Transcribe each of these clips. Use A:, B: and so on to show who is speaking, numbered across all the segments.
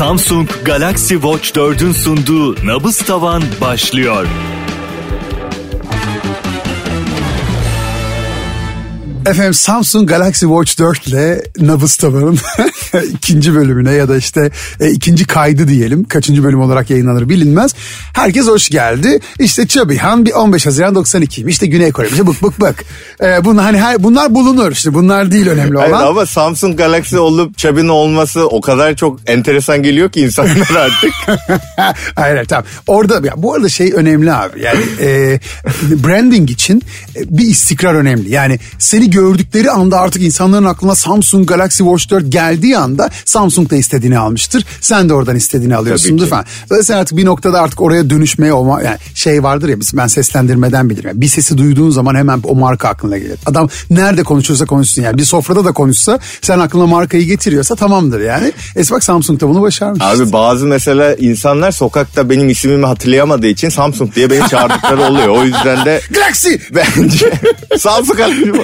A: Samsung Galaxy Watch 4'ün sunduğu Nabız Tavan başlıyor.
B: Efendim, Samsung Galaxy Watch 4 ile Nabız Tavan'ın ikinci bölümüne ya da işte ikinci kaydı diyelim. Kaçıncı bölüm olarak yayınlanır bilinmez. Herkes hoş geldi. İşte Çabihan bir 15 Haziran 92'yim. İşte Güney Kore. Bık. Bunlar bulunur. İşte bunlar değil önemli olan.
C: Evet, ama Samsung Galaxy olup Çabi'nin olması o kadar çok enteresan geliyor ki insanlar artık.
B: Hayır, tamam. Orada bu arada şey önemli abi. Yani branding için bir istikrar önemli. Yani seni gördükleri anda artık insanların aklına Samsung Galaxy Watch 4 geldiği anda Samsung da istediğini almıştır. Sen de oradan istediğini alıyorsundur falan. Dolayısıyla artık bir noktada artık oraya dönüşmeye yani şey vardır ya, ben seslendirmeden bilirim. Yani bir sesi duyduğun zaman hemen o marka aklına gelir. Adam nerede konuşuyorsa konuşsun yani. Bir sofrada da konuşsa sen aklına markayı getiriyorsa tamamdır yani. Bak Samsung da bunu başarmış.
C: Abi işte. Bazı mesela insanlar sokakta benim ismimi hatırlayamadığı için Samsung diye beni çağırdıkları oluyor. O yüzden de
B: Galaxy!
C: Bence Samsung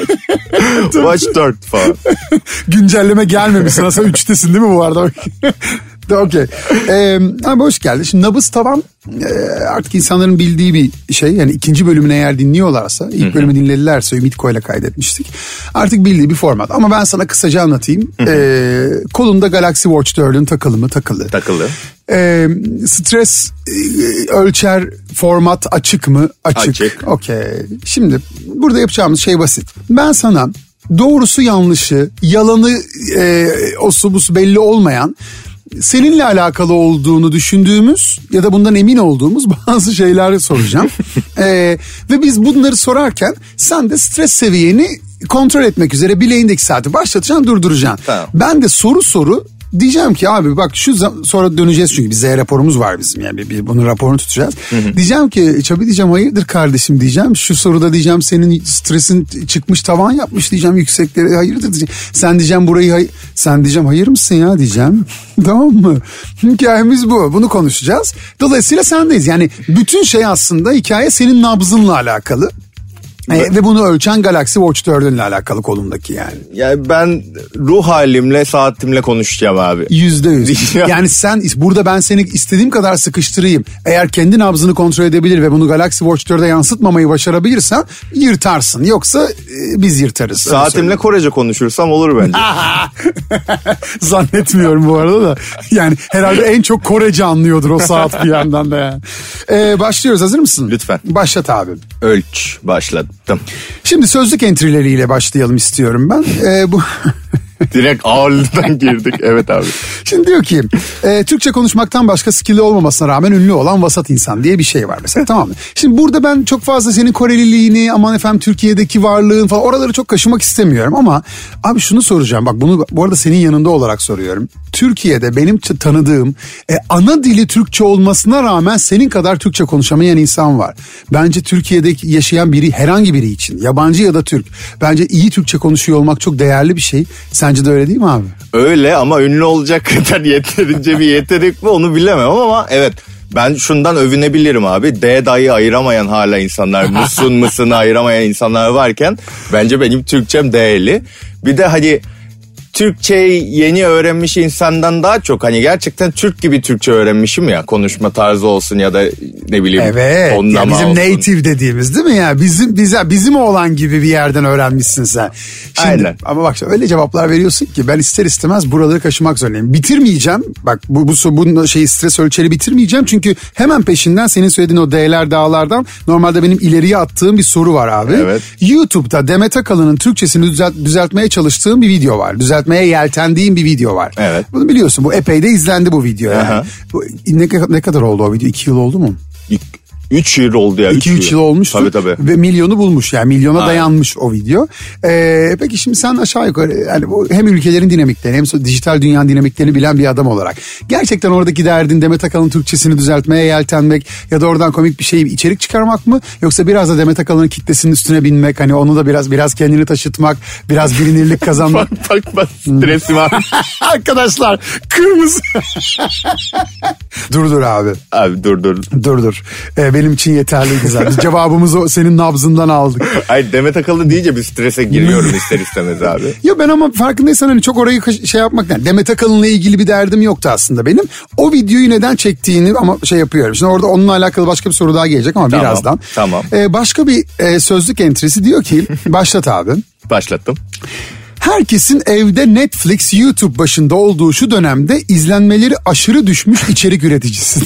C: Watch 4 falan.
B: Güncelleme gelmemiş sana. Sen 3'tesin değil mi bu arada? Okey. Abi hoş geldin. Şimdi Nabız Tavan artık insanların bildiği bir şey. Yani ikinci bölümünü eğer dinliyorlarsa, ilk bölümü dinledilerse Ümitko ile kaydetmiştik. Artık bildiği bir format. Ama ben sana kısaca anlatayım. Kolunda Galaxy Watch 4'ün takılı.
C: Takılı.
B: Stres ölçer format açık mı? Açık. Okey. Şimdi burada yapacağımız şey basit. Ben sana doğrusu yanlışı, yalanı osu busu belli olmayan, seninle alakalı olduğunu düşündüğümüz ya da bundan emin olduğumuz bazı şeyler soracağım. Ve biz bunları sorarken sen de stres seviyeni kontrol etmek üzere bileğindeki saati başlatacaksın, durduracaksın.
C: Tamam.
B: Ben de soru diyeceğim ki abi bak sonra döneceğiz çünkü bir Z raporumuz var bizim, yani biz bunun raporunu tutacağız. Diyeceğim ki Çabi diyeceğim, hayırdır kardeşim diyeceğim, şu soruda diyeceğim senin stresin çıkmış, tavan yapmış diyeceğim, yüksekleri hayırdır diyeceğim. Sen diyeceğim sen diyeceğim hayır mısın ya diyeceğim. Tamam mı? Hikayemiz bu. Bunu konuşacağız. Dolayısıyla sendeyiz. Yani bütün şey aslında hikaye senin nabzınla alakalı. Ve bunu ölçen Galaxy Watch 4'ünle alakalı kolundaki yani.
C: Yani ben ruh halimle, saatimle konuşacağım abi.
B: %100. Yani sen burada ben seni istediğim kadar sıkıştırayım. Eğer kendi nabzını kontrol edebilir ve bunu Galaxy Watch 4'e yansıtmamayı başarabilirsen yırtarsın. Yoksa biz yırtarız.
C: Saatimle Korece konuşursam olur bence.
B: Zannetmiyorum bu arada da. Yani herhalde en çok Korece anlıyordur o saat bir yandan da yani. Başlıyoruz, hazır mısın?
C: Lütfen.
B: Başlat abi.
C: Ölç, başladım.
B: Şimdi sözlük entrileriyle başlayalım istiyorum ben. Bu
C: direkt ağırlıktan girdik. Evet abi.
B: Şimdi diyor ki Türkçe konuşmaktan başka skill'i olmamasına rağmen ünlü olan vasat insan diye bir şey var mesela, tamam mı? Şimdi burada ben çok fazla senin Koreliliğini, aman efendim Türkiye'deki varlığın falan, oraları çok kaşımak istemiyorum ama abi şunu soracağım, bak bunu bu arada senin yanında olarak soruyorum. Türkiye'de benim tanıdığım ana dili Türkçe olmasına rağmen senin kadar Türkçe konuşamayan insan var. Bence Türkiye'de yaşayan biri, herhangi biri için, yabancı ya da Türk, bence iyi Türkçe konuşuyor olmak çok değerli bir şey. Sence de öyle değil mi abi?
C: Öyle ama ünlü olacak kadar yeterince bir yetenek mi onu bilemem ama evet. Ben şundan övünebilirim abi. D'yi ayıramayan hala insanlar, mısını ayıramayan insanlar varken bence benim Türkçem D'li. Bir de hani Türkçeyi yeni öğrenmiş insandan daha çok hani gerçekten Türk gibi Türkçe öğrenmişim ya, konuşma tarzı olsun ya da ne bileyim
B: evet,
C: tonlama
B: bizim
C: olsun.
B: native dediğimiz değil mi ya, bizim oğlan gibi bir yerden öğrenmişsin sen. Şimdi,
C: aynen.
B: Ama bak öyle cevaplar veriyorsun ki ben ister istemez buraları kaşımak zorundayım. Bitirmeyeceğim bak bu stres ölçeri bitirmeyeceğim çünkü hemen peşinden senin söylediğin o D'ler dağlardan normalde benim ileriye attığım bir soru var abi.
C: Evet.
B: YouTube'da Demet Akalın'ın Türkçesini düzeltmeye çalıştığım bir video var. Düzeltmeye yeltendiğim bir video var.
C: Evet.
B: Bunu biliyorsun, bu epey de izlendi bu video yani. Ne kadar oldu o video? 2 yıl oldu mu?
C: 3 yıl oldu ya.
B: 2-3 yıl olmuştu.
C: Tabii.
B: Ve milyonu bulmuş yani, milyona dayanmış o video. Peki şimdi sen aşağı yukarı yani hem ülkelerin dinamiklerini hem dijital dünyanın dinamiklerini bilen bir adam olarak gerçekten oradaki derdin Demet Akalın Türkçesini düzeltmeye yeltenmek ya da oradan komik bir şey, içerik çıkarmak mı? Yoksa biraz da Demet Akalın'ın kitlesinin üstüne binmek, hani onu da biraz kendini taşıtmak, biraz bilinirlik kazanmak.
C: bak stresim var.
B: Arkadaşlar kırmızı. Dur abi.
C: Abi dur.
B: benim için yeterliydi zaten. Biz cevabımızı senin nabzından aldık.
C: Hayır, Demet Akalın deyince bir strese giriyorum ister istemez abi.
B: Ya ben ama farkındaysan hani çok orayı şey yapmak yani Demet Akalın'la ilgili bir derdim yoktu aslında benim. O videoyu neden çektiğini ama şey yapıyorum. Şimdi orada onunla alakalı başka bir soru daha gelecek ama birazdan.
C: Tamam.
B: Başka bir sözlük entrisi diyor ki başlat abi.
C: Başlattım.
B: Herkesin evde Netflix, YouTube başında olduğu şu dönemde izlenmeleri aşırı düşmüş içerik üreticisi.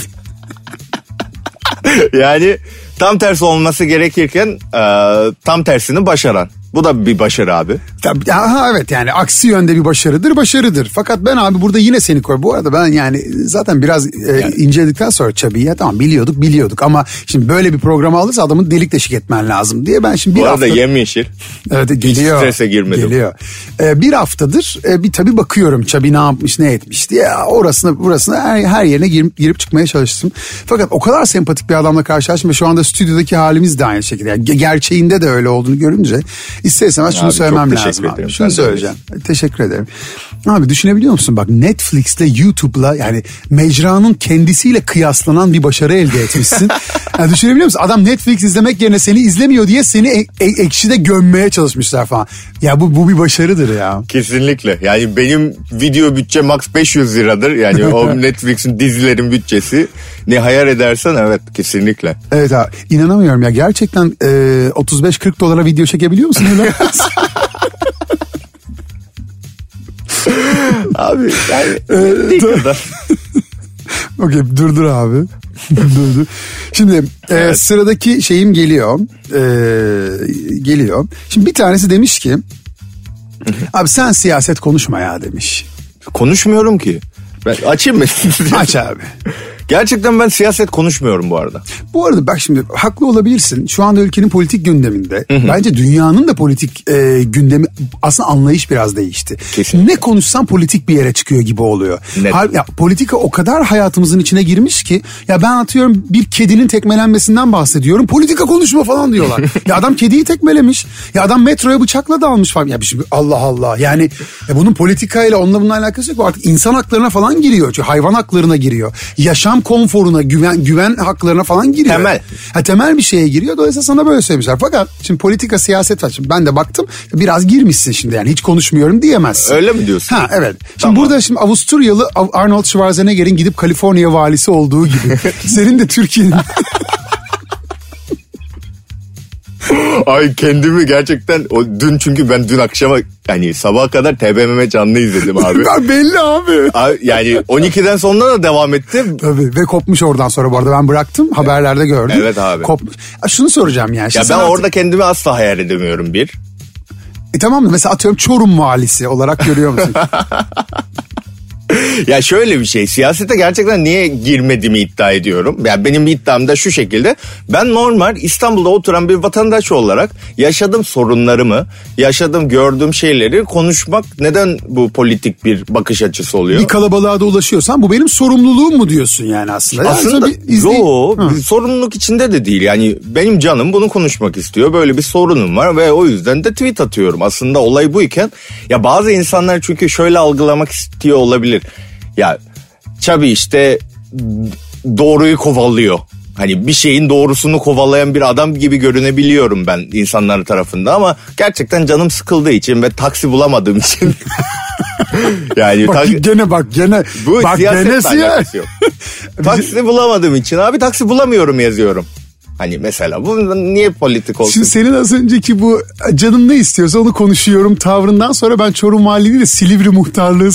C: Yani tam tersi olması gerekirken tam tersini başaran. Bu da bir başarı abi.
B: Aha, evet yani aksi yönde bir başarıdır. Fakat ben abi burada yine seni koy. Bu arada ben yani zaten biraz inceledikten sonra Chubby'yi tamam biliyorduk ama şimdi böyle bir program alırsa adamın delik deşik etmen lazım diye ben şimdi bir hafta...
C: Bu arada yemyeşil.
B: Evet geliyor.
C: Hiç strese girmedim.
B: Geliyor. Bir haftadır bir tabii bakıyorum Chubby ne yapmış ne etmiş diye burasına her yerine girip çıkmaya çalıştım. Fakat o kadar sempatik bir adamla karşılaştım ve şu anda stüdyodaki halimiz de aynı şekilde. Yani gerçeğinde de öyle olduğunu görünce İster istemez şunu söylemem lazım abi. Şunu söyleyeceğim. Teşekkür ederim. Abi düşünebiliyor musun? Bak Netflix'le YouTube'la yani mecranın kendisiyle kıyaslanan bir başarı elde etmişsin. Yani düşünebiliyor musun? Adam Netflix izlemek yerine seni izlemiyor diye seni ekşide gömmeye çalışmışlar falan. Ya bu bir başarıdır ya.
C: Kesinlikle. Yani benim video bütçe max 500 liradır. Yani o Netflix'in dizilerin bütçesi. Ne hayal edersen evet kesinlikle.
B: Evet abi inanamıyorum ya gerçekten 35-40 dolara video çekebiliyor musun?
C: Abi yani ne kadar.
B: Okey dur abi. Dur. Şimdi evet. Sıradaki şeyim geliyor. Şimdi bir tanesi demiş ki abi sen siyaset konuşma ya demiş.
C: Konuşmuyorum ki. Ben açayım mı?
B: Aç abi.
C: Gerçekten ben siyaset konuşmuyorum bu arada.
B: Bu arada bak şimdi haklı olabilirsin. Şu anda ülkenin politik gündeminde bence dünyanın da politik gündemi aslında anlayış biraz değişti.
C: Kesinlikle.
B: Ne konuşsan politik bir yere çıkıyor gibi oluyor. Ya, politika o kadar hayatımızın içine girmiş ki ya ben atıyorum bir kedinin tekmelenmesinden bahsediyorum. Politika konuşma falan diyorlar. Ya adam kediyi tekmelemiş. Ya adam metroya bıçakla dalmış falan. Ya şimdi Allah Allah yani bunun politikayla onunla bununla alakası yok. Artık insan haklarına falan giriyor. Çünkü hayvan haklarına giriyor. Yaşam konforuna, güven haklarına falan giriyor.
C: Temel.
B: Temel bir şeye giriyor. Dolayısıyla sana böyle söylemişler. Fakat şimdi politika, siyaset var. Şimdi ben de baktım. Biraz girmişsin şimdi yani. Hiç konuşmuyorum diyemezsin.
C: Öyle mi diyorsun?
B: Evet. Şimdi burada Avusturyalı Arnold Schwarzenegger'in gidip Kaliforniya valisi olduğu gibi. Senin de Türkiye'nin...
C: Ay kendimi gerçekten dün çünkü ben dün akşama yani sabaha kadar TBMM canlı izledim abi.
B: Belli abi.
C: Yani 12'den sonra da devam ettim.
B: Tabii ve kopmuş oradan sonra bu arada ben bıraktım haberlerde gördüm.
C: Evet abi.
B: Kopmuş. Şunu soracağım yani.
C: Ya ben orada kendimi asla hayal edemiyorum bir.
B: Tamam mı? Mesela atıyorum Çorum valisi olarak görüyor musun?
C: Ya şöyle bir şey, siyasete gerçekten niye girmediğimi iddia ediyorum. Yani benim iddiam da şu şekilde: ben normal İstanbul'da oturan bir vatandaş olarak yaşadığım sorunlarımı, gördüğüm şeyleri konuşmak neden bu politik bir bakış açısı oluyor?
B: Bir kalabalığa da ulaşıyorsan bu benim sorumluluğum mu diyorsun yani aslında?
C: Aslında bir sorumluluk içinde de değil. Yani benim canım bunu konuşmak istiyor. Böyle bir sorunum var ve o yüzden de tweet atıyorum. Aslında olay buyken ya bazı insanlar çünkü şöyle algılamak istiyor olabilir. Ya Chubby işte doğruyu kovalıyor. Hani bir şeyin doğrusunu kovalayan bir adam gibi görünebiliyorum ben insanlar tarafından ama gerçekten canım sıkıldığı için ve taksi bulamadığım için. Yani
B: gene
C: bu
B: bak
C: siyasetle alakası yok. Taksi bulamadığım için abi taksi bulamıyorum yazıyorum. Hani mesela bu niye politik olsun?
B: Şimdi senin az önceki bu canım ne istiyorsa onu konuşuyorum tavrından sonra ben Çorum Valiliği değil de Silivri muhtarlığı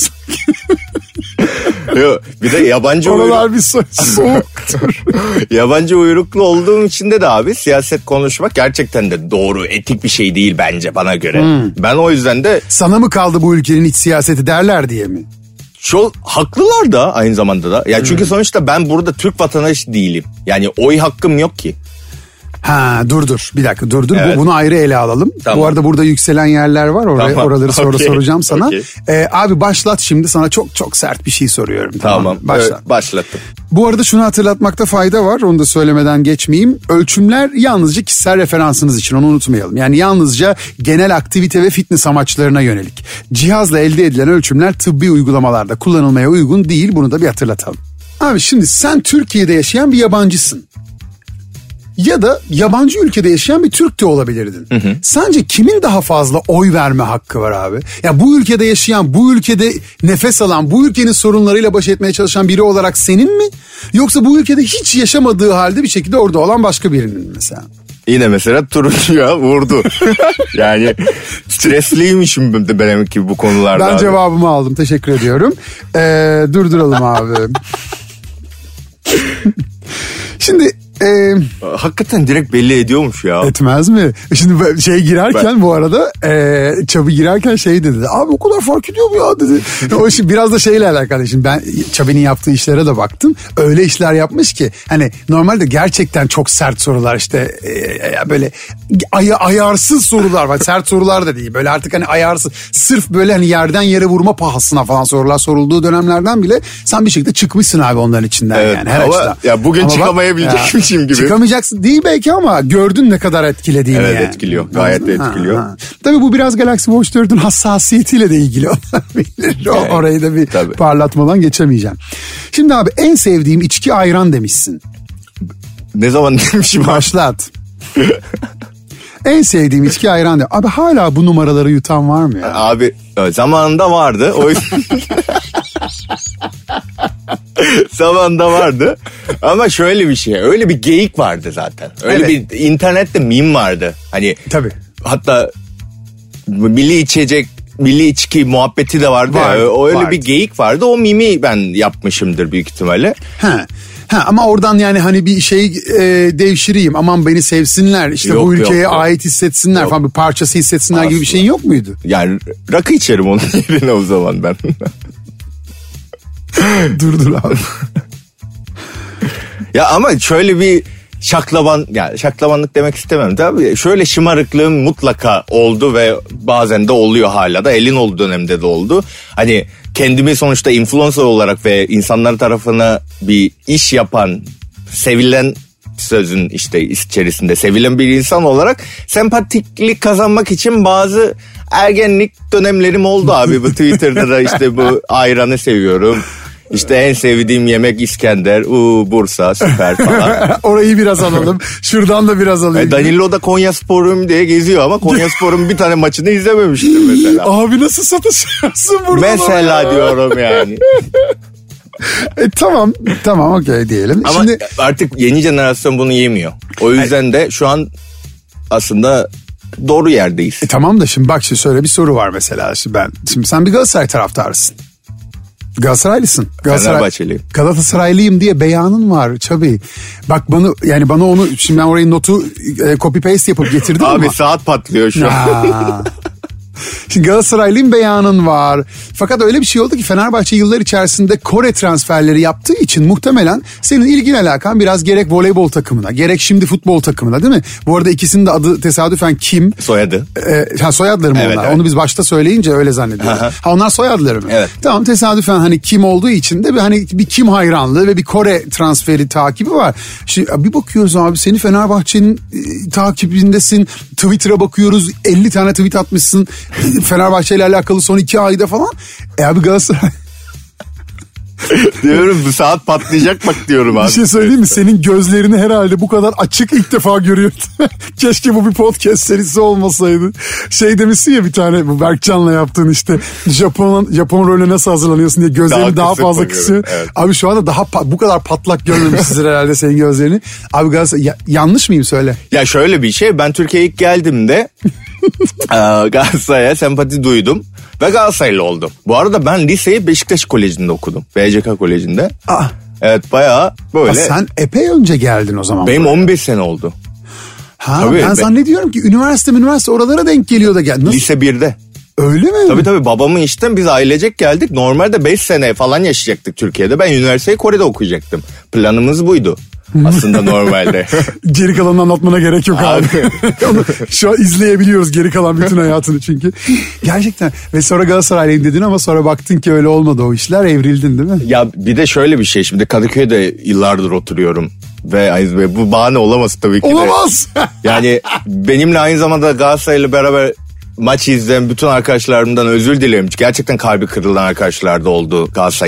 C: Yok, bir de yabancı
B: oralar bir soğuktur.
C: Yabancı uyruklu olduğum için de abi siyaset konuşmak gerçekten de doğru, etik bir şey değil bence bana göre. Ben o yüzden de...
B: Sana mı kaldı bu ülkenin iç siyaseti derler diye mi?
C: Çok haklılar da aynı zamanda da. Ya çünkü sonuçta ben burada Türk vatandaşı değilim. Yani oy hakkım yok ki.
B: Dur bir dakika dur.
C: Evet.
B: Bunu ayrı ele alalım. Tamam. Bu arada burada yükselen yerler var oraları sonra soracağım sana. Okay. Abi başlat şimdi sana çok sert bir şey soruyorum.
C: Tamam. Başlattım.
B: Bu arada şunu hatırlatmakta fayda var, onu da söylemeden geçmeyeyim. Ölçümler yalnızca kişisel referansınız için, onu unutmayalım. Yani yalnızca genel aktivite ve fitness amaçlarına yönelik. Cihazla elde edilen ölçümler tıbbi uygulamalarda kullanılmaya uygun değil, bunu da bir hatırlatalım. Abi şimdi sen Türkiye'de yaşayan bir yabancısın. ya da yabancı ülkede yaşayan bir Türk de olabilirdin. Sence kimin daha fazla oy verme hakkı var abi? Ya bu ülkede yaşayan, bu ülkede nefes alan, bu ülkenin sorunlarıyla baş etmeye çalışan biri olarak senin mi? Yoksa bu ülkede hiç yaşamadığı halde bir şekilde orada olan başka birinin mi mesela?
C: Yine mesela turuncuya vurdu. Yani stresliymişim benim gibi bu konularda.
B: Ben
C: abi.
B: Cevabımı aldım. Teşekkür ediyorum. Durduralım abi. Şimdi...
C: Hakikaten direkt belli ediyormuş ya.
B: Etmez mi? Şimdi şey girerken bu arada Çabi girerken şey dedi. Abi o kadar fark ediyor mu ya dedi. O şimdi biraz da şeyle alakalı. Şimdi ben Çabi'nin yaptığı işlere de baktım. Öyle işler yapmış ki hani normalde gerçekten çok sert sorular işte böyle ayarsız sorular var. Sert sorular da değil. Böyle artık hani ayarsız. Sırf böyle hani yerden yere vurma pahasına falan sorular sorulduğu dönemlerden bile sen bir şekilde çıkmışsın abi onların içinden
C: evet,
B: yani her
C: ama
B: açıdan.
C: Ya bugün
B: ama
C: çıkamayabilecekmişim gibi.
B: Çıkamayacaksın değil belki ama gördün ne kadar etkilediğini.
C: Evet
B: yani.
C: etkiliyor. Gayet de etkiliyor.
B: Tabii bu biraz Galaxy Watch 4'ün hassasiyetiyle de ilgili olabilir. Orayı da bir parlatmadan geçemeyeceğim. Şimdi abi en sevdiğim içki ayran demişsin.
C: Ne zaman demişim?
B: Başlat. En sevdiğim içki ayran de. Abi hala bu numaraları yutan var mı ya?
C: Abi zamanında vardı. O yüzden... Zamanında vardı. Ama şöyle bir şey. Öyle bir geyik vardı zaten. Öyle bir internette meme vardı. Hani
B: tabii.
C: Hatta milli içki muhabbeti de vardı. Öyle vardı. Bir geyik vardı. O mimi ben yapmışımdır büyük ihtimalle.
B: Ama oradan yani hani bir şey devşireyim aman beni sevsinler işte yok, bu ülkeye ait hissetsinler falan bir parçası hissetsinler aslında gibi bir şeyin yok muydu?
C: Yani rakı içerim onun yerine o zaman ben.
B: Dur abi.
C: Ya ama şöyle bir şaklabanlık demek istemem tabii. Şöyle şımarıklığım mutlaka oldu ve bazen de oluyor hala da elin olduğu dönemde de oldu. Hani kendimi sonuçta influencer olarak ve insanlar tarafına bir iş yapan, sevilen sözün işte içerisinde sevilen bir insan olarak sempatiklik kazanmak için bazı ergenlik dönemlerim oldu abi. Bu Twitter'da da işte bu ayranı seviyorum. İşte en sevdiğim yemek İskender, Bursa süper falan.
B: Orayı biraz alalım. Şuradan da biraz alayım.
C: Danilo da Konyaspor'um diye geziyor ama Konyaspor'un bir tane maçını izlememiştir mesela.
B: Abi nasıl satışıyorsun burada?
C: Mesela diyorum yani.
B: Tamam okey diyelim.
C: Ama şimdi... artık yeni jenerasyon bunu yemiyor. O yüzden de şu an aslında doğru yerdeyiz.
B: Tamam da şimdi bak şöyle bir soru var mesela. Şimdi sen bir Galatasaray taraftarısın. Galatasaraylısın.
C: Fenerbahçeliyim.
B: Galatasaraylıyım diye beyanın var Çabi. Bak bana onu şimdi ben orayı notu copy paste yapıp getirdim
C: abi,
B: ama.
C: Abi saat patlıyor şu an.
B: Şimdi Galatasaraylıyım beyanın var. Fakat öyle bir şey oldu ki Fenerbahçe yıllar içerisinde Kore transferleri yaptığı için muhtemelen senin ilgin alakan biraz gerek voleybol takımına gerek şimdi futbol takımına değil mi? Bu arada ikisinin de adı tesadüfen Kim.
C: Soyadı.
B: Soyadları mı onlar? Evet. Onu biz başta söyleyince öyle zannediyoruz. Onlar soyadları mı?
C: Evet.
B: Tamam tesadüfen hani Kim olduğu için de bir Kim hayranlığı ve bir Kore transferi takibi var. Şimdi bir bakıyoruz abi seni Fenerbahçe'nin takibindesin. Twitter'a bakıyoruz 50 tane tweet atmışsın. Fenerbahçe ile alakalı son 2 ayda falan. Abi Galatasaray.
C: Diyorum bu saat patlayacak bak diyorum abi.
B: Bir şey söyleyeyim mi? Senin gözlerini herhalde bu kadar açık ilk defa görüyorum. Keşke bu bir podcast serisi olmasaydı. Şey demişsin ya bir tane bu Berkcan'la yaptığın işte Japon rolüne nasıl hazırlanıyorsun diye gözlerini daha fazla kısıyor. Evet. Abi şu anda daha bu kadar patlak görmemişsiniz herhalde senin gözlerini. Abi Galatasaray yanlış mıyım söyle.
C: Ya şöyle bir şey ben Türkiye'ye ilk geldiğimde Galatasaray'a sempati duydum ve Galatasaraylı oldum. Bu arada ben liseyi Beşiktaş Koleji'nde okudum. BCK Koleji'nde. Evet bayağı böyle.
B: Sen epey önce geldin o zaman.
C: Benim 15 sene oldu.
B: Tabii, ben zannediyorum ki üniversite oralara denk geliyor da gel.
C: Lise 1'de.
B: Öyle mi?
C: Tabii babamın işten biz ailecek geldik. Normalde 5 sene falan yaşayacaktık Türkiye'de. Ben üniversiteyi Kore'de okuyacaktım. Planımız buydu. Aslında normalde.
B: Geri kalanını anlatmana gerek yok abi. Onu şu an izleyebiliyoruz geri kalan bütün hayatını çünkü. Gerçekten. Ve sonra Galatasaraylıyım dedin ama sonra baktın ki öyle olmadı o işler. Evrildin değil mi?
C: Ya bir de şöyle bir şey. Şimdi Kadıköy'de yıllardır oturuyorum. Ve bu bahane olamaz tabii ki.
B: Olamaz.
C: Yani benimle aynı zamanda Galatasaray'la beraber maç izleyen bütün arkadaşlarımdan özür dilerim. Gerçekten kalbi kırılan arkadaşlar da oldu Galatasaray'ı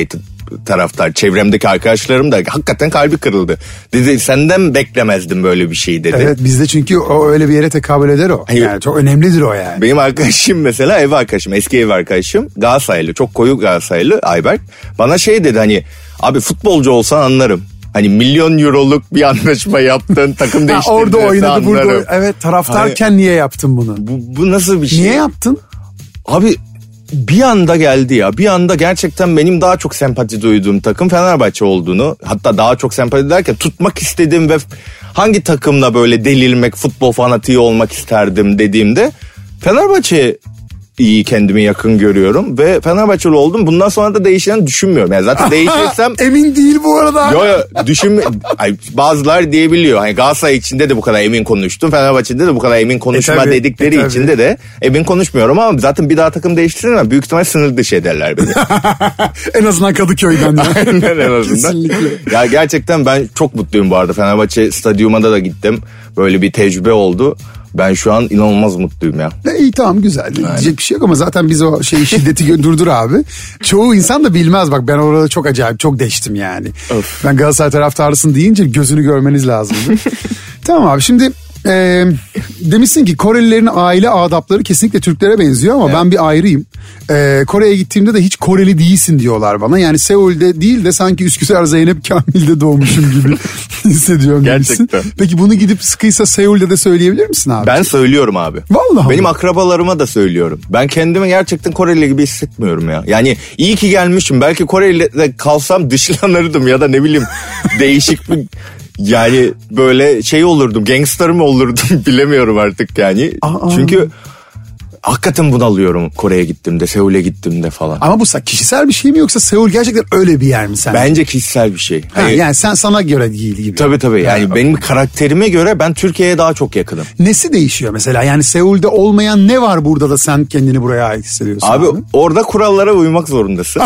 C: taraftar. Çevremdeki arkadaşlarım da hakikaten kalbi kırıldı. Dedi senden beklemezdim böyle bir şey dedi.
B: Evet bizde çünkü o öyle bir yere tekabül eder o.
C: Hayır.
B: Yani çok önemlidir o yani.
C: Benim arkadaşım mesela ev arkadaşım, eski ev arkadaşım Galatasaraylı, çok koyu Galatasaraylı Ayberk. Bana şey dedi hani abi futbolcu olsan anlarım. Hani milyon euroluk bir anlaşma yaptın, takım değiştirdin.
B: Orada oynadı
C: anlarım.
B: burada. Evet taraftarken niye yaptın bunu?
C: Bu nasıl bir şey?
B: Niye yaptın?
C: Abi bir anda geldi ya. Bir anda gerçekten benim daha çok sempati duyduğum takım Fenerbahçe olduğunu, hatta daha çok sempati derken tutmak istediğim ve hangi takımla böyle delirmek, futbol fanatiği olmak isterdim dediğimde Fenerbahçe iyi, kendimi yakın görüyorum ve Fenerbahçeli oldum. Bundan sonra da değişeceğini düşünmüyorum. Yani zaten değişirsem...
B: Emin değil bu arada.
C: Yo bazılar diyebiliyor. Hani Galatasaray içinde de bu kadar emin konuştum. Fenerbahçe'de de bu kadar emin konuşma dedikleri içinde de emin konuşmuyorum ama zaten bir daha takım değiştiririm ama büyük ihtimal sınır dışı ederler beni.
B: En azından Kadıköy'den.
C: Aynen en azından.
B: Kesinlikle.
C: Ya gerçekten ben çok mutluyum bu arada. Fenerbahçe stadyumuna da gittim. Böyle bir tecrübe oldu. Ben şu an inanılmaz mutluyum ya.
B: İyi tamam güzel. Diyecek bir şey yok ama zaten biz o şiddeti durdur abi. Çoğu insan da bilmez bak, ben orada çok acayip çok deştim yani. Of. Ben Galatasaray taraftarısın deyince gözünü görmeniz lazımdı. Tamam abi şimdi demişsin ki Korelilerin aile adapları kesinlikle Türklere benziyor ama ben bir ayrıyım. Kore'ye gittiğimde de hiç Koreli değilsin diyorlar bana. Yani Seul'de değil de sanki Üsküdar Zeynep Kamil'de doğmuşum gibi hissediyorum.
C: Gerçekten.
B: Peki bunu gidip sıkıysa Seul'de de söyleyebilir misin abi?
C: Ben söylüyorum abi.
B: Vallahi.
C: Benim akrabalarıma da söylüyorum. Ben kendimi gerçekten Koreli gibi hissetmiyorum ya. Yani iyi ki gelmişim. Belki Koreli'de kalsam dışlanırdım ya da ne bileyim değişik bir... Yani böyle şey olurdum, gangster mı olurdum bilemiyorum artık yani. Çünkü hakikaten bunalıyorum Kore'ye gittiğimde, Seul'e gittiğimde falan.
B: Ama bu kişisel bir şey mi yoksa Seul gerçekten öyle bir yer mi sen?
C: Bence kişisel bir şey.
B: Yani sen sana göre değil gibi.
C: Tabii yani benim karakterime göre ben Türkiye'ye daha çok yakınım.
B: Nesi değişiyor mesela? Yani Seul'de olmayan ne var burada da sen kendini buraya ait hissediyorsun?
C: Abi orada kurallara uymak zorundasın.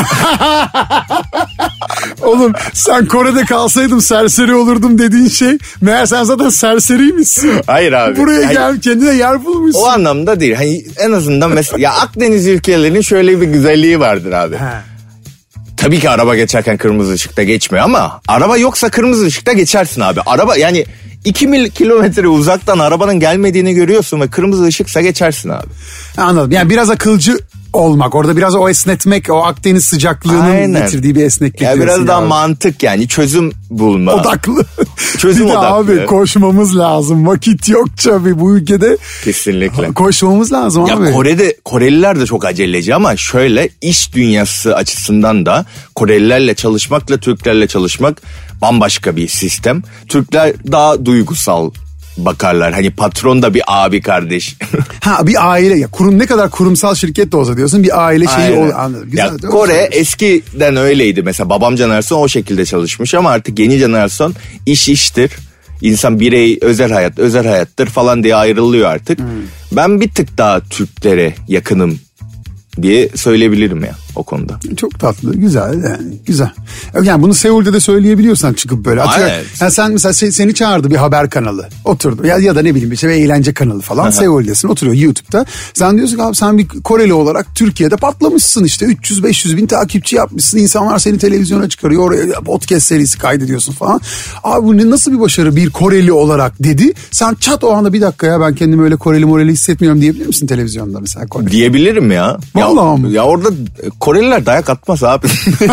B: Oğlum sen Kore'de kalsaydım serseri olurdum dediğin şey meğer sen zaten serseriymişsin.
C: Hayır abi.
B: Buraya gel kendine yer bulmuşsun.
C: O anlamda değil. Hani en azından mesela ya Akdeniz ülkelerinin şöyle bir güzelliği vardır abi. Tabii ki araba geçerken kırmızı ışıkta geçmiyor ama araba yoksa kırmızı ışıkta geçersin abi. Araba yani 2 kilometre uzaktan arabanın gelmediğini görüyorsun ve kırmızı ışıksa geçersin abi.
B: Anladım. Yani biraz akılcı olmak, orada biraz o esnetmek, o Akdeniz sıcaklığının getirdiği bir esneklik.
C: Ya biraz daha mantık yani çözüm bulma.
B: Odaklı.
C: Çözüm
B: bir de
C: odaklı.
B: abi koşmamız lazım. Vakit yok tabii bu ülkede.
C: Kesinlikle.
B: Koşmamız lazım
C: ya
B: abi.
C: Koreliler de çok aceleci ama şöyle iş dünyası açısından da Korelilerle çalışmakla Türklerle çalışmak bambaşka bir sistem. Türkler daha duygusal bakarlar. Hani patron da bir abi kardeş.
B: Bir aile ya ne kadar kurumsal şirket de olsa diyorsun bir aile şeyi anladım. Güzel,
C: ya Kore eskiden öyleydi mesela babam jenerasyon o şekilde çalışmış ama artık yeni jenerasyon iş iştir. İnsan birey özel hayattır falan diye ayrılıyor artık. Ben bir tık daha Türklere yakınım diye söyleyebilirim ya o konuda.
B: Çok tatlı, güzel yani güzel. Yani bunu Seul'de de söyleyebiliyorsan çıkıp böyle. Yani sen mesela seni çağırdı bir haber kanalı, oturdu ya da ne bileyim bir eğlence kanalı falan. Seul'desin, oturuyor YouTube'da. Sen diyorsun ki abi sen bir Koreli olarak Türkiye'de patlamışsın işte 300-500 bin takipçi yapmışsın. İnsanlar seni televizyona çıkarıyor, oraya podcast serisi kaydediyorsun falan. Abi bu nasıl bir başarı bir Koreli olarak dedi. Sen çat o anda bir dakika ya ben kendimi öyle Koreli hissetmiyorum diyebilir misin televizyonda mesela? Koreli?
C: Diyebilirim ya.
B: Vallahi
C: ya orada Koreliler dayak atmaz abi.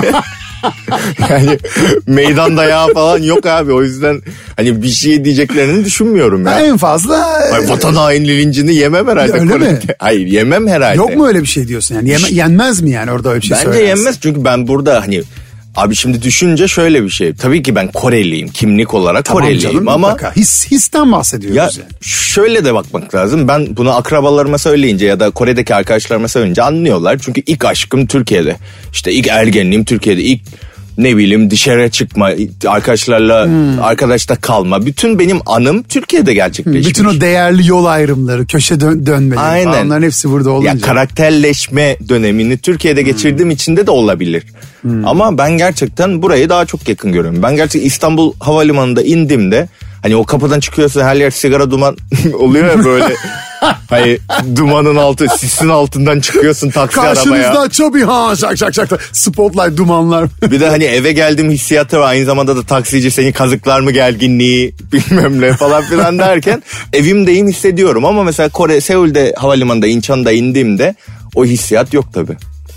C: Yani meydan dayağı falan yok abi. O yüzden hani bir şey diyeceklerini düşünmüyorum ya.
B: En fazla...
C: vatan hainliği lincini yemem herhalde.
B: Öyle mi?
C: Hayır yemem herhalde.
B: Yok mu öyle bir şey diyorsun yani? Yenmez mi yani orada öyle bir şey
C: söylersin? Bence yenmez çünkü ben burada hani... Abi şimdi düşünce şöyle bir şey. Tabii ki ben Koreliyim. Kimlik olarak Koreliyim canım, ama...
B: Histen bahsediyoruz
C: ya,
B: yani.
C: Şöyle de bakmak lazım. Ben bunu akrabalarıma söyleyince ya da Kore'deki arkadaşlarıma söyleyince anlıyorlar. Çünkü ilk aşkım Türkiye'de. İşte ilk ergenliğim Türkiye'de. İlk ne bileyim dışarı çıkma, arkadaşlarla arkadaşta kalma. Bütün benim anım Türkiye'de gerçekleşmiş.
B: Bütün o değerli yol ayrımları, köşe dönmeleri.
C: Aynen.
B: Onların hepsi burada olunca.
C: Ya karakterleşme dönemini Türkiye'de geçirdiğim içinde de olabilir. Ama ben gerçekten burayı daha çok yakın görüyorum. Ben gerçekten İstanbul Havalimanı'nda indiğimde hani o kapıdan çıkıyorsun her yer sigara duman oluyor ya böyle. Hani dumanın altı, sisin altından çıkıyorsun taksi arabaya.
B: Karşınızda Chubby Han şak şak şak. Spotlight dumanlar.
C: Bir de hani eve geldim hissiyatı var. Aynı zamanda da taksici seni kazıklar mı gerginliği bilmem ne falan filan derken evimdeyim hissediyorum. Ama mesela Seul'de havalimanında Incheon'da indiğimde o hissiyat yok tabii.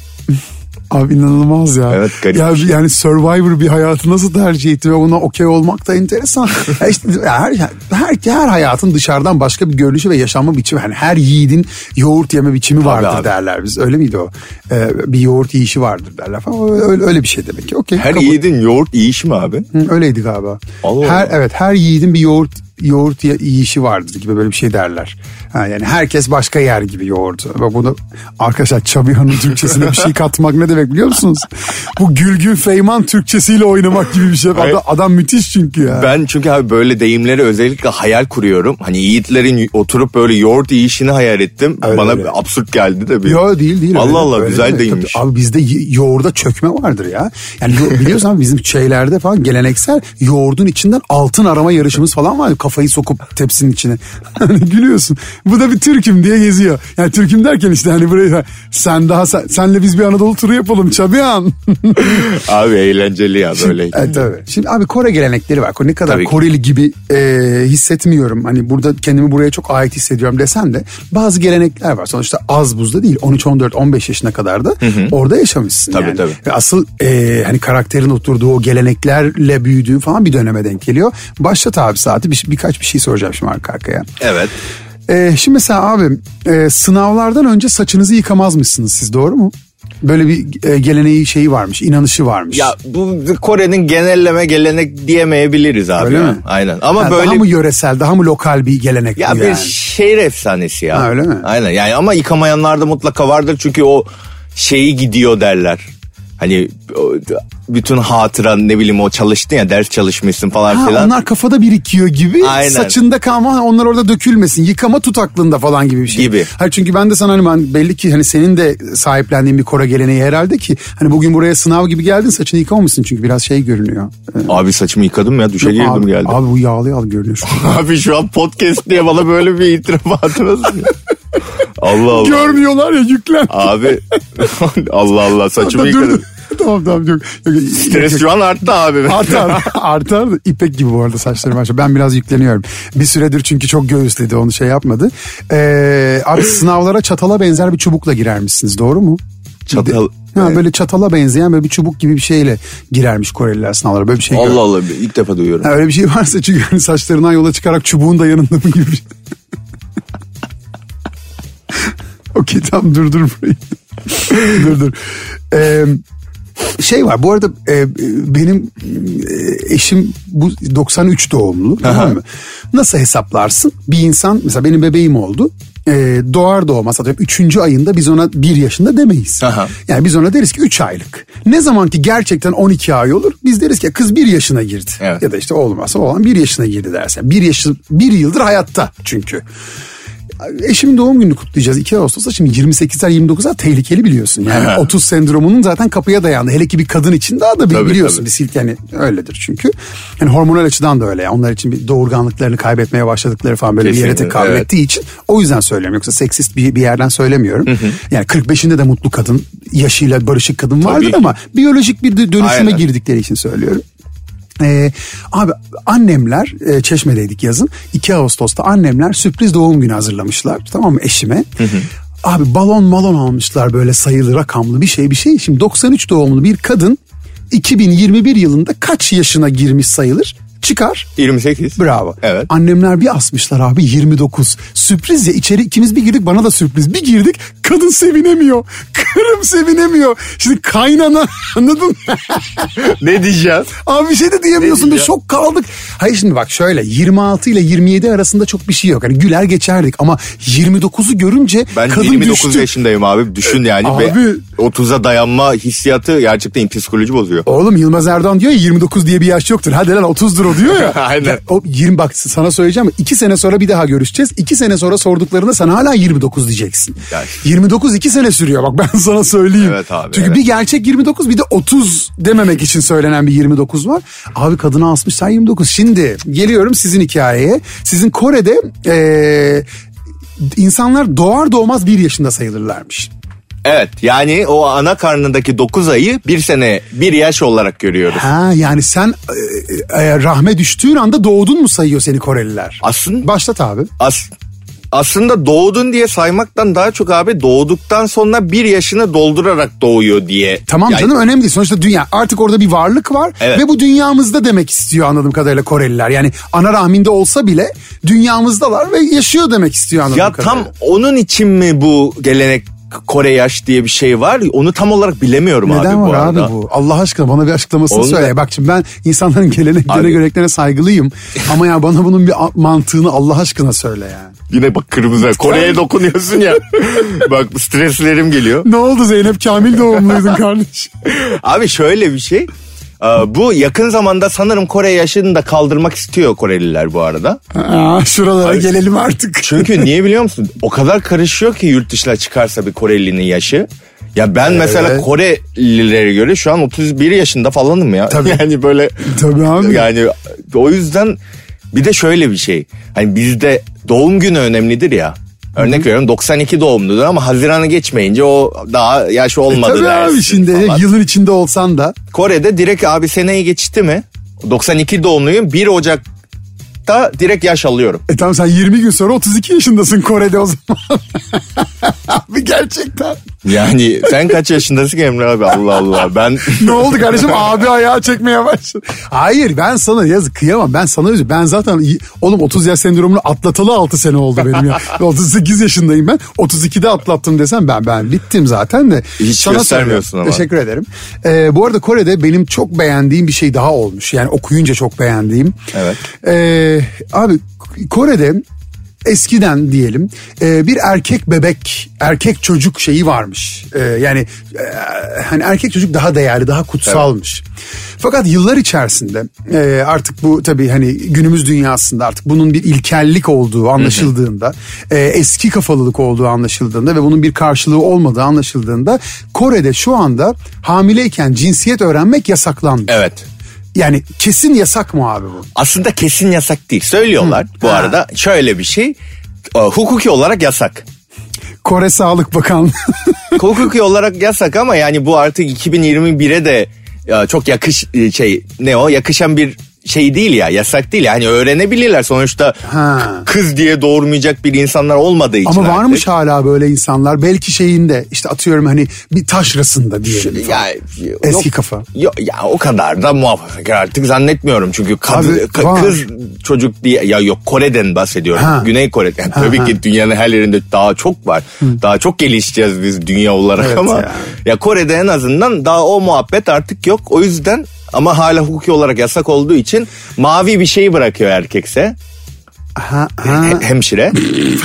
B: Abi inanılmaz ya.
C: Evet, garip.
B: Ya yani Survivor bir hayatı nasıl tercih etti ve ona okey olmak da enteresan. Ya işte her hayatın dışarıdan başka bir görünüşü ve yaşanma biçimi. Yani her yiğidin yoğurt yeme biçimi vardır
C: abi.
B: derler biz. Öyle miydi o? Bir yoğurt yiyişi vardır derler falan. Öyle bir şey demek ki. Okay,
C: her yiğidin yoğurt yiyişi mi abi?
B: Öyleydi galiba.
C: Allah.
B: Her yiğidin bir yoğurt yiyişi vardır gibi böyle bir şey derler. Yani herkes başka yer gibi yoğurdu. Bak bunu arkadaşlar Chubby Han'ın Türkçesine bir şey katmak ne demek biliyor musunuz? Bu Gülgün Feyman Türkçesiyle oynamak gibi bir şey. Adam müthiş çünkü ya.
C: Ben çünkü abi böyle deyimleri özellikle hayal kuruyorum. Hani yiğitlerin oturup böyle yoğurt yiyişini hayal ettim.
B: Öyle
C: Bana
B: öyle.
C: Absürt geldi de.
B: Yok değil.
C: Allah
B: öyle,
C: Allah
B: öyle
C: güzel
B: değil.
C: deyimmiş.
B: Tabii, abi bizde yoğurda çökme vardır ya. Yani biliyorsun abi bizim şeylerde falan geleneksel yoğurdun içinden altın arama yarışımız falan var. Kafayı sokup tepsinin içine. Gülüyorsun. Bu da bir Türk'üm diye geziyor. Yani Türk'üm derken işte hani buraya senle biz bir Anadolu turu yapalım Chubby Han.
C: Abi eğlenceli ya böyle.
B: Tabii. Şimdi abi Kore gelenekleri var. Ne kadar
C: Tabii ki.
B: Koreli gibi hissetmiyorum. Hani burada kendimi buraya çok ait hissediyorum desen de bazı gelenekler var. Sonuçta az buzda değil. 13, 14, 15 yaşına kadar da orada yaşamışsın.
C: Tabii,
B: yani.
C: tabii.
B: Ve asıl hani karakterin oturduğu o geleneklerle büyüdüğü falan bir döneme denk geliyor. Başlat abi saati birkaç bir şey soracağım şimdi arka arkaya.
C: Evet.
B: Şimdi mesela abi sınavlardan önce saçınızı yıkamazmışsınız siz, doğru mu? Böyle bir geleneği şeyi varmış, inanışı varmış.
C: Ya bu Kore'nin genelleme gelenek diyemeyebiliriz abi.
B: Öyle mi?
C: Aynen. Ama böyle
B: daha mı yöresel, daha mı lokal bir gelenek
C: ya
B: bu
C: bir
B: yani?
C: şehir efsanesi ya.
B: Ha, öyle mi?
C: Aynen. Yani ama yıkamayanlar da mutlaka vardır çünkü o şeyi gidiyor derler. Hani bütün hatıran ne bileyim o çalıştın ya ders çalışmışsın falan filan.
B: Onlar kafada birikiyor gibi.
C: Aynen.
B: Saçında kalma, onlar orada dökülmesin. Yıkama tut aklında falan gibi bir şey.
C: Gibi.
B: Hayır çünkü ben de sana hani ben belli ki hani senin de sahiplendiğin bir Kore geleneği herhalde ki hani bugün buraya sınav gibi geldin, saçını yıkamamışsın çünkü biraz şey görünüyor.
C: Abi saçımı yıkadım ya duşa girdim
B: abi,
C: geldim.
B: Abi bu yağlı görünüyor şu an.
C: Abi şu an podcast diye bana böyle bir itiraf atıyorsun ya. Allah Allah.
B: Görmüyorlar ya, yüklen.
C: Abi Allah Allah saçımı yıkadım.
B: Tamam yok.
C: Stres şu an arttı abi.
B: Artar da ipek gibi bu arada saçlarım aşağı. Ben biraz yükleniyorum. Bir süredir çünkü çok göğüsledi, onu şey yapmadı. Abi sınavlara çatala benzer bir çubukla girermişsiniz, doğru mu?
C: Çatal.
B: Böyle çatala benzeyen böyle bir çubuk gibi bir şeyle girermiş Koreliler sınavlara. Böyle bir şey
C: Allah Allah ilk defa duyuyorum.
B: öyle bir şey varsa çünkü hani saçlarından yola çıkarak çubuğun da yanında mı gibi bir şey. Okey tamam dur burayı. dur. Şey var bu arada benim eşim bu 93 doğumlu, tamam mı? Nasıl hesaplarsın? Bir insan mesela benim bebeğim oldu. Doğar doğmaz atıyorum 3. ayında biz ona 1 yaşında demeyiz.
C: Aha.
B: Yani biz ona deriz ki 3 aylık. Ne zaman ki gerçekten 12 ay olur biz deriz ki kız 1 yaşına girdi.
C: Evet.
B: Ya da işte olmazsa oğlan 1 yaşına girdi dersen. 1 yıldır hayatta çünkü. Eşimin doğum gününü kutlayacağız 2 Ağustos'ta. Şimdi 28'ler 29'lar tehlikeli biliyorsun. Yani 30 sendromunun zaten kapıya dayandı. Hele ki bir kadın için daha da biliyorsun.
C: Tabii.
B: Bir silk yani öyledir çünkü. Yani hormonal açıdan da öyle. Yani onlar için bir doğurganlıklarını kaybetmeye başladıkları falan böyle
C: Kesinlikle,
B: bir yere tekabül ettiği için. O yüzden söylüyorum. Yoksa seksist bir yerden söylemiyorum. Yani 45'inde de mutlu kadın, yaşıyla barışık kadın vardır
C: ki.
B: ama biyolojik bir dönüşüme
C: Aynen.
B: girdikleri için söylüyorum. Abi annemler Çeşme'deydik yazın 2 Ağustos'ta annemler sürpriz doğum günü hazırlamışlar, tamam mı, eşime. Abi balon almışlar, böyle sayılı rakamlı bir şey. Şimdi 93 doğumlu bir kadın 2021 yılında kaç yaşına girmiş sayılır? Çıkar.
C: 28.
B: Bravo.
C: Evet.
B: Annemler bir asmışlar abi 29. Sürpriz ya, içeri ikimiz bir girdik, bana da sürpriz. Bir girdik, kadın sevinemiyor. Karım sevinemiyor. Şimdi kaynana anladın mı?
C: Ne diyeceğiz?
B: Abi bir şey de diyemiyorsun, bir şok kaldık. Hayır şimdi bak şöyle 26 ile 27 arasında çok bir şey yok. Hani güler geçerdik ama 29'u görünce
C: Ben
B: kadın
C: 29
B: düştü.
C: yaşındayım abi. Düşün yani.
B: Abi.
C: Ve 30'a dayanma hissiyatı gerçekten psikoloji bozuyor.
B: Oğlum Yılmaz Erdoğan diyor ya 29 diye bir yaş yoktur. Hadi lan 30'dur o diyor ya.
C: Aynen.
B: Ya, o 20 bak sana söyleyeceğim. 2 sene sonra bir daha görüşeceğiz. 2 sene sonra sorduklarında sen hala 29 diyeceksin.
C: Yani.
B: 29 2 sene sürüyor bak ben sana söyleyeyim.
C: Evet abi,
B: Çünkü
C: evet.
B: bir gerçek 29 bir de 30 dememek için söylenen bir 29 var. Abi kadına asmışlar 29. Şimdi geliyorum sizin hikayeye. Sizin Kore'de insanlar doğar doğmaz 1 yaşında sayılırlarmış.
C: Evet, yani o ana karnındaki 9 ayı 1 sene 1 yaş olarak görüyoruz.
B: Ha, yani sen rahme düştüğün anda doğdun mu sayıyor seni Koreliler?
C: Aslında
B: Başlat abi.
C: Aslında doğdun diye saymaktan daha çok abi doğduktan sonra 1 yaşını doldurarak doğuyor diye.
B: Tamam yani, canım önemli değil. Sonuçta dünya, artık orada bir varlık var ve bu dünyamızda demek istiyor anladığım kadarıyla Koreliler. Yani ana rahminde olsa bile dünyamızdalar ve yaşıyor demek istiyor anladığım kadarıyla.
C: Ya tam onun için mi bu gelenek Kore yaş diye bir şey var? Onu tam olarak bilemiyorum.
B: Neden
C: abi bu arada.
B: Neden var abi bu? Allah aşkına bana bir açıklamasını
C: Onu
B: söyle. Bak şimdi ben insanların geleneklerine, göreneklerine saygılıyım. Ama ya bana bunun bir mantığını Allah aşkına söyle yani.
C: Yine bak kırmızı. Kore'ye dokunuyorsun ya. Bak streslerim geliyor.
B: Ne oldu, Zeynep Kamil doğumluydun kardeşim?
C: Abi şöyle bir şey. Bu yakın zamanda sanırım Kore yaşını da kaldırmak istiyor Koreliler bu arada.
B: Şuralara gelelim artık.
C: Çünkü niye biliyor musun? O kadar karışıyor ki yurt dışına çıkarsa bir Korelinin yaşı. Ya ben mesela Korelilere göre şu an 31 yaşında falanım ya.
B: Tabii.
C: Yani böyle.
B: Tabii abi.
C: Yani o yüzden bir de şöyle bir şey. Hani bizde doğum günü önemlidir ya. Örnek veriyorum 92 doğumludur ama Haziran'ı geçmeyince o daha yaş olmadı
B: tabii
C: dersin.
B: Tabii abi şimdi falan. Yılın içinde olsan da.
C: Kore'de direkt abi seneyi geçti mi? 92 doğumluyum 1 Ocak'ta direkt yaş alıyorum.
B: Tamam sen 20 gün sonra 32 yaşındasın Kore'de o zaman. Abi gerçekten.
C: Yani sen kaç yaşındasın Emre abi? Allah Allah ben...
B: Ne oldu kardeşim? Abi ayağı çekmeye başladı. Hayır ben sana yazık kıyamam. Ben sana üzüldüm. Ben zaten oğlum 30 yaş sendromunu atlatalı 6 sene oldu benim ya. 38 yaşındayım ben. 32'de atlattım desem ben bittim zaten de.
C: Hiç sana göstermiyorsun ama.
B: Teşekkür ederim. Bu arada Kore'de benim çok beğendiğim bir şey daha olmuş. Yani okuyunca çok beğendiğim.
C: Evet.
B: Abi Kore'de eskiden diyelim bir erkek çocuk şeyi varmış. Yani hani erkek çocuk daha değerli, daha kutsalmış. Evet. Fakat yıllar içerisinde artık bu tabii hani günümüz dünyasında artık bunun bir ilkellik olduğu anlaşıldığında, eski kafalılık olduğu anlaşıldığında ve bunun bir karşılığı olmadığı anlaşıldığında Kore'de şu anda hamileyken cinsiyet öğrenmek yasaklanmış.
C: Evet.
B: Yani kesin yasak mı abi bu?
C: Aslında kesin yasak değil. Söylüyorlar bu arada şöyle bir şey. Hukuki olarak yasak.
B: Kore Sağlık Bakanlığı.
C: Hukuki olarak yasak ama yani bu artık 2021'e de çok yakışan bir şey değil ya, yasak değil. Yani öğrenebilirler sonuçta kız diye doğurmayacak bir insanlar olmadığı için.
B: Ama varmış artık hala böyle insanlar. Belki şeyinde işte atıyorum hani bir taşrasında diyelim. Eski kafa.
C: Ya o kadar da muhafazakar artık zannetmiyorum. Çünkü kız çocuk diye Kore'den bahsediyorum. Güney Kore. Yani tabii ki dünyanın her yerinde daha çok var. Daha çok gelişeceğiz biz dünya olarak ama ya Kore'de en azından daha o muhabbet artık yok. O yüzden ama hala hukuki olarak yasak olduğu için mavi bir şey bırakıyor erkekse. Hemşire.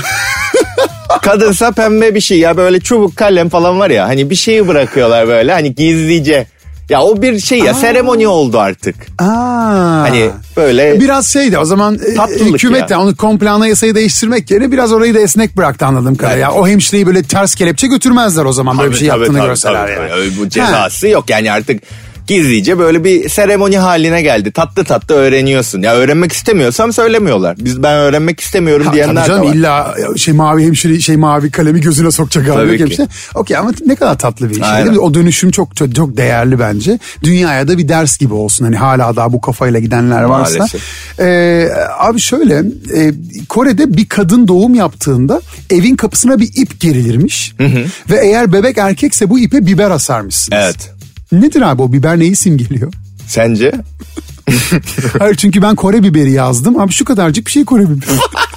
C: Kadınsa pembe bir şey ya böyle çubuk kalem falan var ya hani bir şeyi bırakıyorlar böyle hani gizlice. Ya o bir şey ya seremoni oldu artık. Hani böyle
B: biraz şeydi o zaman hükümet de onu komple anayasayı değiştirmek yerine biraz orayı da esnek bıraktı anladığım kadarıyla. Evet. O hemşireyi böyle ters kelepçe götürmezler o zaman böyle bir şey yaptığını görseler.
C: Yani. Bu cezası yok yani artık. Gizlice böyle bir seremoni haline geldi. Tatlı tatlı öğreniyorsun. Ya öğrenmek istemiyorsam söylemiyorlar. Ben öğrenmek istemiyorum diyenler de var.
B: İlla mavi hemşire mavi kalemi gözüne sokacak abi hemşire. Okey ama ne kadar tatlı bir şey. O dönüşüm çok değerli bence. Dünyaya da bir ders gibi olsun. Hani hala daha bu kafayla gidenler varsa. Abi şöyle Kore'de bir kadın doğum yaptığında evin kapısına bir ip gerilirmiş. Ve eğer bebek erkekse bu ipe biber asarmışsınız.
C: Evet.
B: Nedir abi o biber neyi simgeliyor?
C: Sence?
B: Hayır çünkü ben Kore biberi yazdım. Abi şu kadarcık bir şey Kore biberi.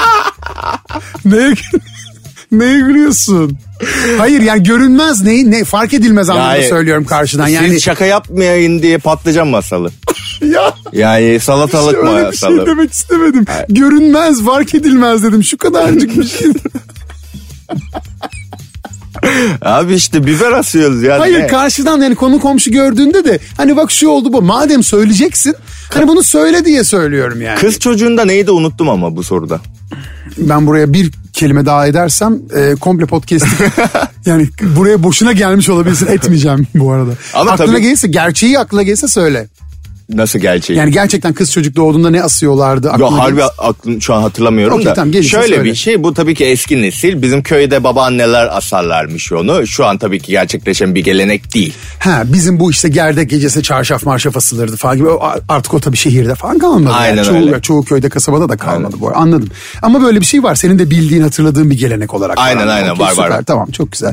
B: Neye gülüyorsun? Hayır yani görünmez ne fark edilmez anlamda söylüyorum karşıdan. Yani
C: siz şaka yapmayın diye patlıcan masalı. Yani salatalık masalı.
B: Öyle bir şey demek istemedim. Hayır. Görünmez fark edilmez dedim. Şu kadarcık bir şey.
C: Abi işte biber asıyoruz yani.
B: Hayır karşıdan yani konu komşu gördüğünde de hani bak şu oldu bu. Madem söyleyeceksin hani bunu söyle diye söylüyorum yani.
C: Kız çocuğunda neydi unuttum ama bu soruda.
B: Ben buraya bir kelime daha edersem komple podcast'i yani buraya boşuna gelmiş olabilirsin etmeyeceğim bu arada. Ama aklına gelirse gerçeği aklına gelirse söyle.
C: Nasıl gerçeği?
B: Yani gerçekten kız çocuk doğduğunda ne asıyorlardı?
C: Yo, harbi aklım şu an hatırlamıyorum
B: okay,
C: da.
B: Tamam,
C: şöyle
B: söyle.
C: bir şey, bu tabii ki eski nesil. Bizim köyde babaanneler asarlarmış onu. Şu an tabii ki gerçekleşen bir gelenek değil.
B: Bizim bu işte gerdek gecesi çarşaf marşaf asılırdı falan gibi. Artık o tabii şehirde falan kalmadı.
C: Aynen
B: yani.
C: öyle.
B: Çoğu köyde kasabada da kalmadı.
C: Aynen.
B: Bu arada. Anladım. Ama böyle bir şey var. Senin de bildiğin, hatırladığın bir gelenek olarak.
C: Aynen
B: Okay,
C: var.
B: Süper. Tamam, çok güzel.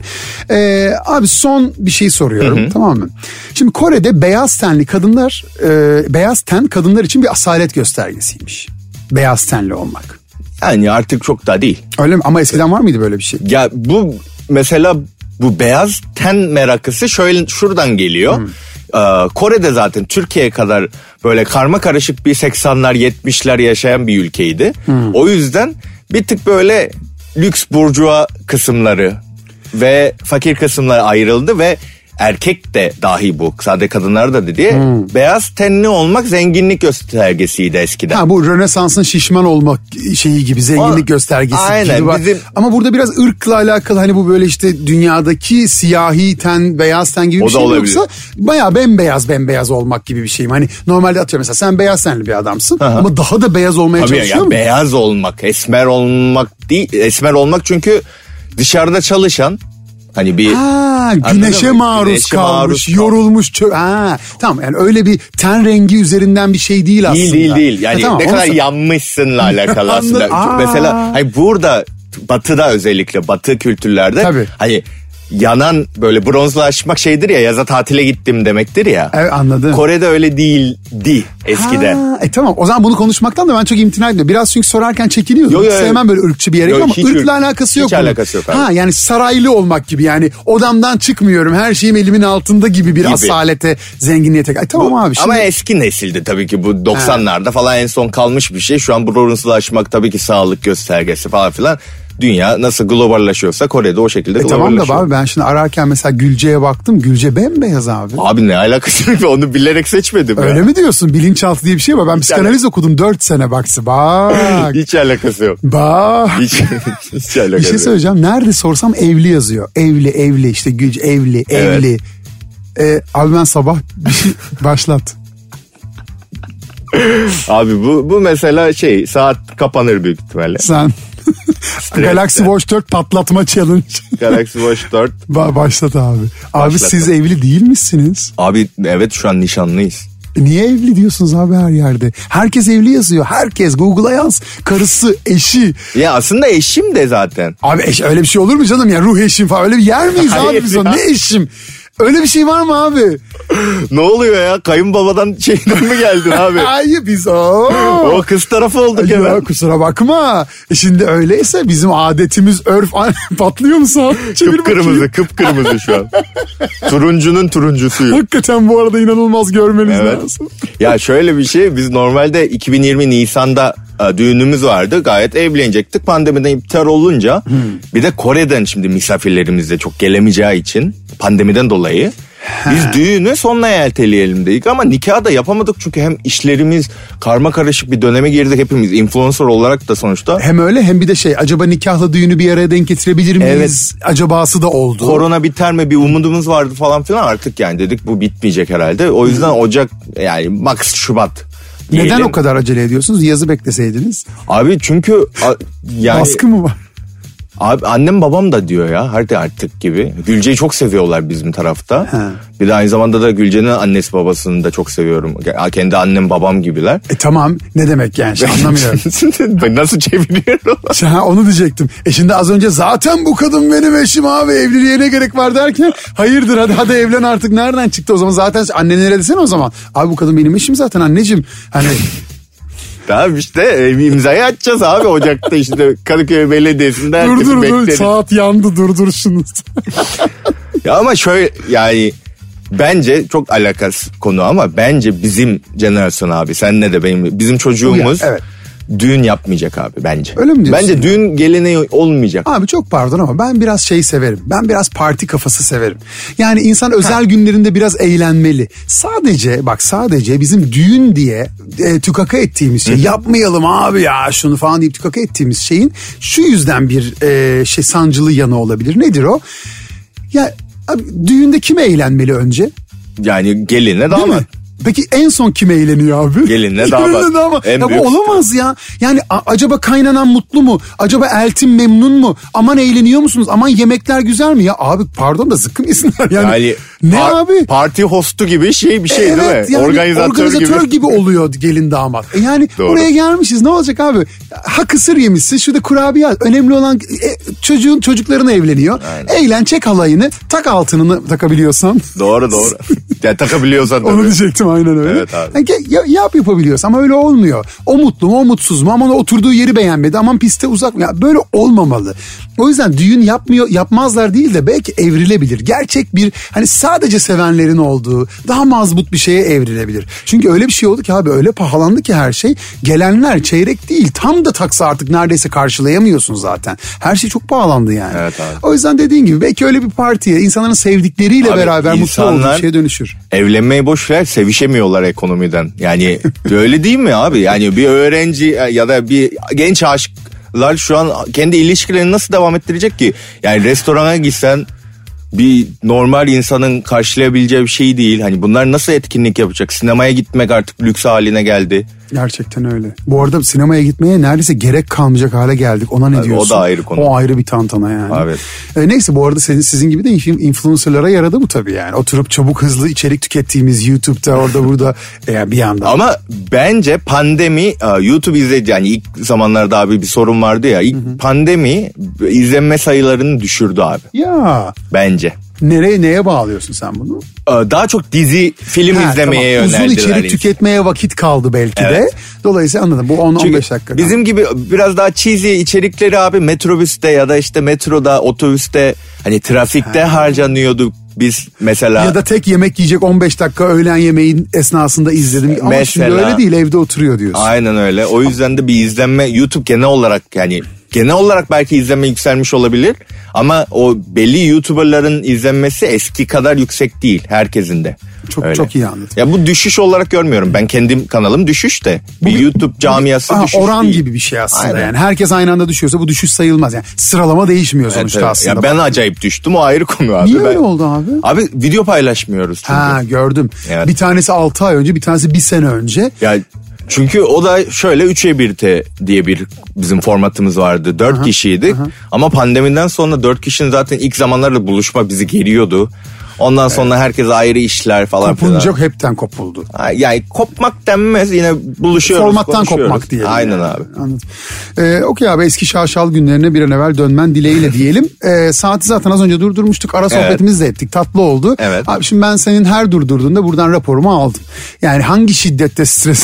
B: Abi son bir şey soruyorum. Tamam mı? Şimdi Kore'de beyaz tenli kadınlar, beyaz ten kadınlar için bir asalet göstergesiymiş. Beyaz tenli olmak.
C: Yani artık çok da değil.
B: Öyle mi? Ama eskiden var mıydı böyle bir şey?
C: Ya bu mesela bu beyaz ten merakısı şuradan geliyor. Kore'de zaten Türkiye kadar böyle karma karışık bir 80'ler 70'ler yaşayan bir ülkeydi. O yüzden bir tık böyle lüks burjuva kısımları ve fakir kısımlar ayrıldı ve erkek de dahi bu. Sadece kadınlar da dedi. Beyaz tenli olmak zenginlik göstergesiydi eskiden.
B: Bu Rönesans'ın şişman olmak şeyi gibi, zenginlik göstergesi
C: aynen,
B: gibi var. Ama burada biraz ırkla alakalı, hani bu böyle işte dünyadaki siyahi ten, beyaz ten gibi bir şey mi, yoksa bayağı bembeyaz olmak gibi bir şey mi? Hani normalde atıyorum mesela sen beyaz tenli bir adamsın. Aha. Ama daha da beyaz olmaya çalışıyor musun?
C: Beyaz olmak, esmer olmak değil. Esmer olmak çünkü dışarıda çalışan, hani bir
B: güneşe maruz kalmış, yorulmuş. Tamam, yani öyle bir ten rengi üzerinden bir şey değil aslında.
C: Değil. Yani tamam, ne kadar yanmışsınla alakalı aslında. Mesela hani burada batıda, özellikle batı kültürlerde hani yanan böyle bronzlaşmak şeydir ya, yaza tatile gittim demektir ya.
B: Evet, anladım.
C: Kore'de öyle değildi eskiden.
B: Tamam, o zaman bunu konuşmaktan da ben çok imtina ediyorum. Biraz çünkü sorarken çekiniyordum. Sevmem böyle ırkçı bir yere ama ırkla alakası yok.
C: Hiç alakası yok.
B: Yani saraylı olmak gibi, yani odamdan çıkmıyorum, her şeyim elimin altında gibi. Asalete, zenginliğe tamam abi. Şimdi...
C: Ama eski nesildi tabii ki bu 90'larda falan en son kalmış bir şey. Şu an bronzlaşmak tabii ki sağlık göstergesi falan filan. Dünya nasıl globallaşıyorsa Kore'de o şekilde globallaşıyor.
B: Tamam da abi, ben şimdi ararken mesela Gülce'ye baktım. Gülce bembeyaz abi.
C: Abi ne alakası var? Onu bilerek seçmedim.
B: Öyle mi diyorsun? Bilinçaltı diye bir şey var. Ben psikanaliz okudum 4 sene bak.
C: Hiç alakası yok.
B: Bak.
C: Hiç alakası yok.
B: Bir şey söyleyeceğim. Nerede sorsam evli yazıyor. Evli işte Gülce evli. Abi ben sabah başlat.
C: Abi bu mesela saat kapanır büyük ihtimalle.
B: Sen Galaxy Watch 4 patlatma challenge.
C: Galaxy Watch 4.
B: Başlat abi. Abi siz evli değil misiniz?
C: Abi evet, şu an nişanlıyız.
B: Niye evli diyorsunuz abi her yerde? Herkes evli yazıyor. Herkes Google'a yaz. Karısı, eşi.
C: Ya aslında eşim de zaten.
B: Abi öyle bir şey olur mu canım ya? Ruh eşim falan, öyle bir yer miyiz abi biz? Ne eşim? Öyle bir şey var mı abi?
C: Ne oluyor ya? Kayınbabadan şeyden mi geldin abi?
B: Hayır, biz
C: o kız tarafı olduk hemen.
B: Ya kusura bakma. Şimdi öyleyse bizim adetimiz, örf patlıyor mu sağ?
C: Kıpkırmızı şu an. Turuncunun turuncusuyum.
B: Hakikaten bu arada inanılmaz görmeniz lazım.
C: Ya şöyle bir şey, biz normalde 2020 Nisan'da düğünümüz vardı. Gayet evlenecektik. Pandemiden iptal olunca bir de Kore'den şimdi misafirlerimiz de çok gelemeyeceği için pandemiden dolayı biz düğünü sonuna erteleyelim dedik ama nikahı da yapamadık çünkü hem işlerimiz karma karışık bir döneme girdik hepimiz, influencer olarak da sonuçta.
B: Hem öyle hem bir de acaba nikahla düğünü bir araya denk getirebilir miyiz? Evet. Acabası da oldu.
C: Korona biter mi bir umudumuz vardı falan filan, artık yani dedik bu bitmeyecek herhalde. O yüzden Ocak, yani max Şubat.
B: Neden o kadar acele ediyorsunuz? Yazı bekleseydiniz.
C: Abi çünkü yani...
B: Baskı mı var?
C: Abi annem babam da diyor ya hadi artık gibi. Gülce'yi çok seviyorlar bizim tarafta. Bir de aynı zamanda da Gülce'nin annesi babasını da çok seviyorum. Kendi annem babam gibiler.
B: Tamam, ne demek yani anlamıyorum.
C: Ben nasıl çeviriyorum?
B: Onu diyecektim. Şimdi az önce zaten bu kadın benim eşim abi, evliliğe ne gerek var derken hayırdır hadi evlen artık, nereden çıktı o zaman? Zaten annenlere desene o zaman. Abi bu kadın benim eşim zaten anneciğim. Hani...
C: Tamam işte imzayı atacağız abi Ocak'ta işte Kadıköy Belediyesi'nde herkesi bekleriz.
B: Dur saat yandı, durdur şunu.
C: Ya ama şöyle yani bence çok alakasız konu ama bence bizim jenerasyon abi, senle de bizim çocuğumuz düğün yapmayacak abi bence.
B: Öyle mi diyorsun?
C: Bence düğün geleneği olmayacak.
B: Abi çok pardon ama ben biraz severim. Ben biraz parti kafası severim. Yani insan özel günlerinde biraz eğlenmeli. Sadece bizim düğün diye tükaka ettiğimiz şey, yapmayalım abi ya şunu falan deyip tükaka ettiğimiz şeyin şu yüzden bir sancılı yanı olabilir. Nedir o? Ya abi, düğünde kim eğlenmeli önce?
C: Yani geline damat.
B: Peki en son kim eğleniyor abi?
C: Gelinle damat.
B: Ya bu olamaz ya. Yani acaba kaynanan mutlu mu? Acaba eltim memnun mu? Aman eğleniyor musunuz? Aman yemekler güzel mi? Ya abi pardon da zıkkım yesinler yani. Ne abi?
C: Parti hostu gibi bir şey
B: evet,
C: değil mi?
B: Yani
C: Organizatör
B: gibi oluyor gelin damat. Yani
C: Doğru.
B: Oraya gelmişiz, ne olacak abi? Ha kısır yemişsin, şurada kurabiye. Önemli olan çocukların evleniyor. Aynen. Eğlen, çek halayını, tak altınını takabiliyorsan.
C: Doğru. Yani takabiliyorsan tabii.
B: Onu diyecektim, aynen öyle.
C: Evet abi.
B: Yani yapabiliyorsun ama öyle olmuyor. O mutlu mu, o mutsuz mu? Aman oturduğu yeri beğenmedi, aman piste uzak mı? Ya böyle olmamalı. O yüzden düğün yapmazlar değil de belki evrilebilir. Gerçek bir hani sadece sevenlerin olduğu daha mazbut bir şeye evrilebilir. Çünkü öyle bir şey oldu ki abi, öyle pahalandı ki her şey. Gelenler çeyrek değil, tam da taksa artık neredeyse karşılayamıyorsun zaten. Her şey çok pahalandı yani.
C: Evet abi.
B: O yüzden dediğin gibi belki öyle bir partiye insanların sevdikleriyle abi, beraber mutlu olduğu bir şeye dönüşür.
C: Evlenmeyi boş ver, sevişemiyorlar ekonomiden. Yani öyle değil mi abi? Yani bir öğrenci ya da bir genç aşıklar şu an kendi ilişkilerini nasıl devam ettirecek ki? Yani restorana gitsen bir normal insanın karşılayabileceği bir şey değil. Hani bunlar nasıl etkinlik yapacak? Sinemaya gitmek artık lüks haline geldi.
B: Gerçekten öyle. Bu arada sinemaya gitmeye neredeyse gerek kalmayacak hale geldik. Ona ne diyorsun?
C: O da ayrı konu.
B: O ayrı bir tantana yani.
C: Evet.
B: Neyse, bu arada sizin gibi de influencerlara yaradı bu tabii yani. Oturup çabuk hızlı içerik tükettiğimiz YouTube'da orada burada bir yandan.
C: Ama bence pandemi YouTube izleyici, yani ilk zamanlarda abi bir sorun vardı ya. İlk pandemi izlenme sayılarını düşürdü abi.
B: Ya.
C: Bence.
B: Neye bağlıyorsun sen bunu?
C: Daha çok dizi, film izlemeye yöneldiler.
B: Uzun içerik tüketmeye vakit kaldı belki de. Dolayısıyla anladım. Bu 10-15 dakika.
C: Bizim gibi biraz daha cheesy içerikleri abi metrobüste ya da işte metroda, otobüste, hani trafikte harcanıyordu. Biz mesela...
B: Ya da tek yemek yiyecek 15 dakika öğlen yemeğin esnasında izledim. Ama şimdi öyle değil, evde oturuyor diyorsun.
C: Aynen öyle. O yüzden de bir izlenme, YouTube genel olarak belki izlenme yükselmiş olabilir. Ama o belli YouTuber'ların izlenmesi eski kadar yüksek değil herkesin de.
B: Çok iyi anladım.
C: Ya bu düşüş olarak görmüyorum. Ben kendim kanalım düşüş de. Bir YouTube camiası düşüş
B: oran
C: değil.
B: gibi bir şey aslında.
C: Aynen.
B: Yani herkes aynı anda düşüyorsa bu düşüş sayılmaz. Yani sıralama değişmiyor sonuçta
C: evet.
B: aslında.
C: Ya ben acayip düştüm, o ayrı konu abi.
B: Niye öyle oldu abi?
C: Abi video paylaşmıyoruz çünkü.
B: Gördüm.
C: Evet.
B: Bir tanesi 6 ay önce, bir tanesi 1 sene önce.
C: Ya çünkü o da şöyle 3'e 1'te diye bir bizim formatımız vardı. 4 kişiydik. Ama pandemiden sonra 4 kişinin zaten ilk zamanlarda buluşma bizi geriyordu. Ondan sonra herkes ayrı işler falan.
B: Kopunca hepten kopuldu.
C: Yani kopmak denmez, yine buluşuyoruz.
B: Formattan kopmak diyelim.
C: Aynen
B: yani.
C: abi.
B: Anladım. Okey abi, eski şaşal günlerine bir an evvel dönmen dileğiyle diyelim. Saati zaten az önce durdurmuştuk. Ara sohbetimizi de ettik. Tatlı oldu.
C: Evet.
B: Abi şimdi ben senin her durdurduğunda buradan raporumu aldım. Yani hangi şiddette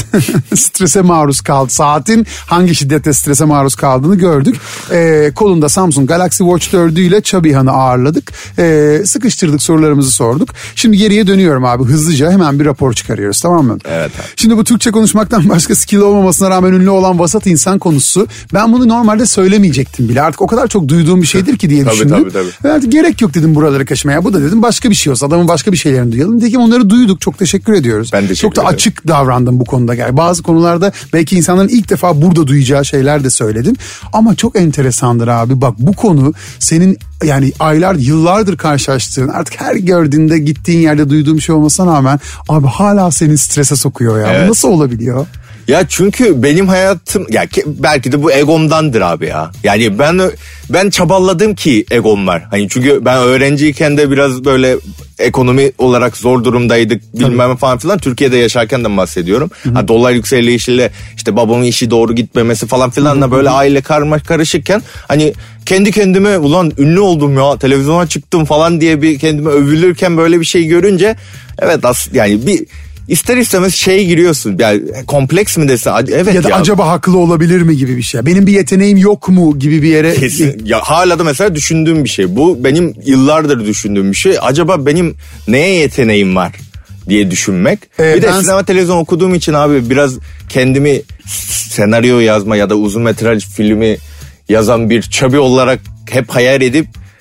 B: strese maruz kaldı. Saatin hangi şiddette strese maruz kaldığını gördük. Kolunda Samsung Galaxy Watch 4 ile Çabihan'ı ağırladık. Sıkıştırdık, sorularımızı sorduk. Şimdi geriye dönüyorum abi, hızlıca hemen bir rapor çıkarıyoruz, tamam mı?
C: Evet abi.
B: Şimdi bu Türkçe konuşmaktan başka skill olmamasına rağmen ünlü olan vasat insan konusu, ben bunu normalde söylemeyecektim bile. Artık o kadar çok duyduğum bir şeydir ki diye düşündüm.
C: Tabii.
B: Ve artık gerek yok dedim buraları kaşımaya. Bu da dedim başka bir şey olsa, adamın başka bir şeylerini duyalım. Nitekim onları duyduk, çok teşekkür ediyoruz.
C: Ben teşekkür
B: çok da
C: ederim.
B: açık davrandım bu konuda. Yani bazı konularda belki insanların ilk defa burada duyacağı şeyler de söyledim. Ama çok enteresandır abi. Bak, bu konu senin yani yıllardır karşılaştığın, artık her gördüğünde gittiğin yerde duyduğum şey olmasına rağmen abi hala seni strese sokuyor ya.
C: Evet.
B: Bu nasıl olabiliyor?
C: Ya çünkü benim hayatım, ya belki de bu egomdandır abi ya. Yani ben çabaladım ki egom var. Hani çünkü ben öğrenciyken de biraz böyle ekonomi olarak zor durumdaydık, bilmem falan filan. Türkiye'de yaşarken de bahsediyorum. Dolar yükselişiyle işte babamın işi doğru gitmemesi falan filanla böyle aile karışıkken hani kendi kendime ulan ünlü oldum ya, televizyona çıktım falan diye bir kendime övülürken böyle bir şey görünce evet yani bir İster istemez giriyorsun. Yani kompleks mi desen? Evet
B: ya da acaba haklı olabilir mi gibi bir şey. Benim bir yeteneğim yok mu gibi bir yere.
C: Kesin. Ya hala da mesela düşündüğüm bir şey. Bu benim yıllardır düşündüğüm bir şey. Acaba benim neye yeteneğim var diye düşünmek. Bir de sinema televizyon okuduğum için abi biraz kendimi senaryo yazma ya da uzun metraj filmi yazan bir çabi olarak hep hayal edip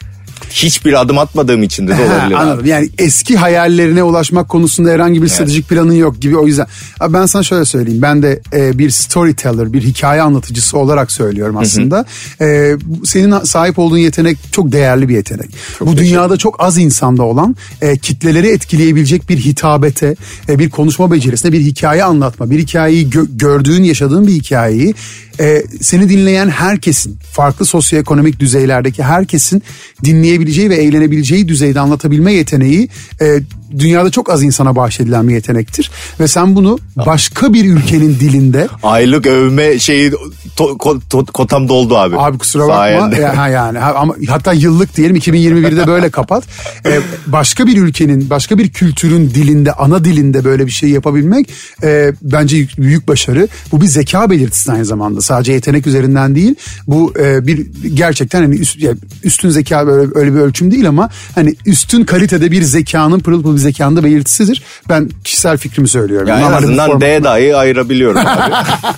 C: hiçbir adım atmadığım için de olabilir.
B: Anladım. Yani eski hayallerine ulaşmak konusunda herhangi bir stratejik planın yok gibi, o yüzden. Abi ben sana şöyle söyleyeyim. Ben de bir storyteller, bir hikaye anlatıcısı olarak söylüyorum aslında. Senin sahip olduğun yetenek çok değerli bir yetenek. Bu dünyada çok az insanda olan, kitleleri etkileyebilecek bir hitabete, bir konuşma becerisine, bir hikaye anlatma, bir hikayeyi gördüğün, yaşadığın bir hikayeyi seni dinleyen herkesin, farklı sosyoekonomik düzeylerdeki herkesin dinleyebileceği ve eğlenebileceği düzeyde anlatabilme yeteneği dünyada çok az insana bahşedilen bir yetenektir. Ve sen bunu başka bir ülkenin dilinde...
C: Aylık övme şeyi kotam doldu abi.
B: Abi kusura bakma. Yani ama hatta yıllık diyelim, 2021'de böyle kapat. Başka bir ülkenin, başka bir kültürün dilinde, ana dilinde böyle bir şey yapabilmek bence büyük başarı. Bu bir zeka belirtisi aynı zamanda. Sadece yetenek üzerinden değil. Bu bir gerçekten hani üstün zeka, böyle öyle bir ölçüm değil ama hani üstün kalitede bir zekanın, pırıl pırıl bir zekanın da belirtisidir. Ben kişisel fikrimi söylüyorum.
C: Yani en azından D dahi ayırabiliyorum abi.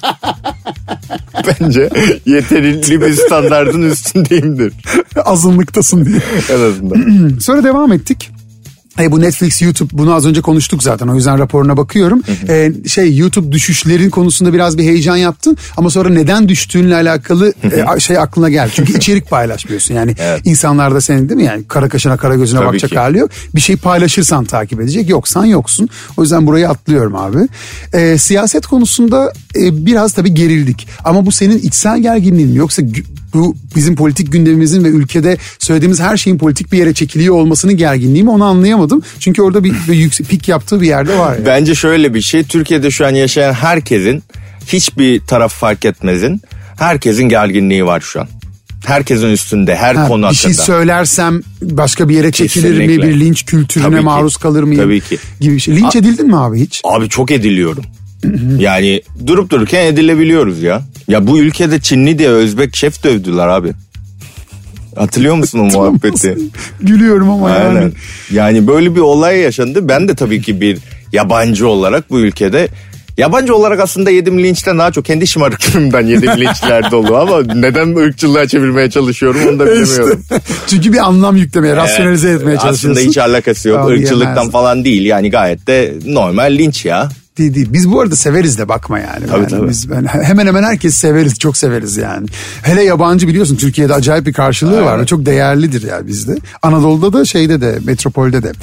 C: Bence yeterli bir standardın üstündeyimdir.
B: Azınlıktasın diye.
C: En azından.
B: Sonra devam ettik. Bu Netflix, YouTube, bunu az önce konuştuk zaten, o yüzden raporuna bakıyorum. YouTube düşüşlerin konusunda biraz bir heyecan yaptın ama sonra neden düştüğünle alakalı aklına geldi. Çünkü içerik paylaşmıyorsun yani. Evet. İnsanlar da senin, değil mi, yani kara kaşına kara gözüne tabii bakacak ki hali yok. Bir şey paylaşırsan takip edecek, yoksan yoksun. O yüzden burayı atlıyorum abi. Siyaset konusunda biraz tabii gerildik ama bu senin içsel gerginliğin mi, yoksa bu bizim politik gündemimizin ve ülkede söylediğimiz her şeyin politik bir yere çekiliyor olmasının gerginliği mi, onu anlayamadım. Çünkü orada bir yüksek pik yaptığı bir yerde var. Yani.
C: Bence şöyle bir şey, Türkiye'de şu an yaşayan herkesin, hiçbir taraf fark etmezin, herkesin gerginliği var şu an. Herkesin üstünde, her konu hakkında. Bir
B: şey söylersem başka bir yere çekilir kesinlikle mi, bir linç kültürüne tabii maruz kalır mıyım?
C: Tabii ki.
B: Gibi bir şey. Linç edildin mi abi hiç?
C: Abi çok ediliyorum. Yani durup dururken edilebiliyoruz ya. Ya bu ülkede Çinli diye Özbek şef dövdüler abi. Hatırlıyor musun o muhabbeti?
B: Gülüyorum ama
C: aynen.
B: Yani.
C: Yani böyle bir olay yaşandı. Ben de tabii ki bir yabancı olarak bu ülkede... Yabancı olarak aslında yediğim linçten daha çok kendi şımarıklığımdan yediğim linçler dolu ama neden ırkçılığa çevirmeye çalışıyorum onu da bilmiyorum.
B: İşte, çünkü bir anlam yüklemeye, rasyonalize etmeye çalışıyorsun.
C: Aslında hiç alakası yok. Irkçılıktan falan değil, yani gayet de normal linç ya.
B: Değil. Biz bu arada severiz de, bakma yani.
C: Tabii.
B: Biz hemen hemen herkes severiz, çok severiz yani. Hele yabancı, biliyorsun Türkiye'de acayip bir karşılığı var ve çok değerlidir yani bizde. Anadolu'da da, şeyde de, metropolde de.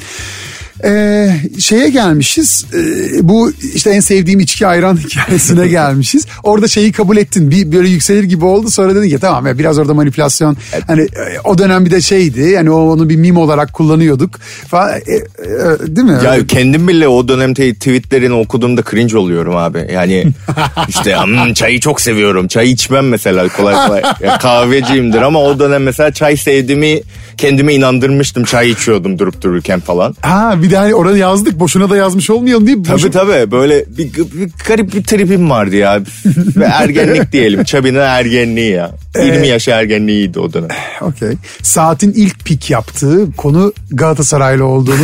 B: Şeye gelmişiz, bu işte en sevdiğim içki ayran hikayesine gelmişiz. Orada şeyi kabul ettin, bir böyle yükselir gibi oldu, sonra dedin ki tamam ya, biraz orada manipülasyon, hani o dönem bir de şeydi yani, onu bir meme olarak kullanıyorduk falan, değil mi?
C: Ya kendim bile o dönem tweetlerini okuduğumda cringe oluyorum abi. Yani işte çayı çok seviyorum, çay içmem mesela kolay kolay, ya kahveciyimdir ama o dönem mesela çay sevdiğimi kendime inandırmıştım, çay içiyordum durup dururken falan.
B: Bir de hani orada yazdık, boşuna da yazmış olmayalım diye.
C: Tabii böyle bir garip bir tripim vardı ya. Ve ergenlik diyelim, Çabi'nin ergenliği ya. 20 yaş ergenliğiydi o dönem.
B: Okey. Saatin ilk pik yaptığı konu Galatasaraylı olduğunu.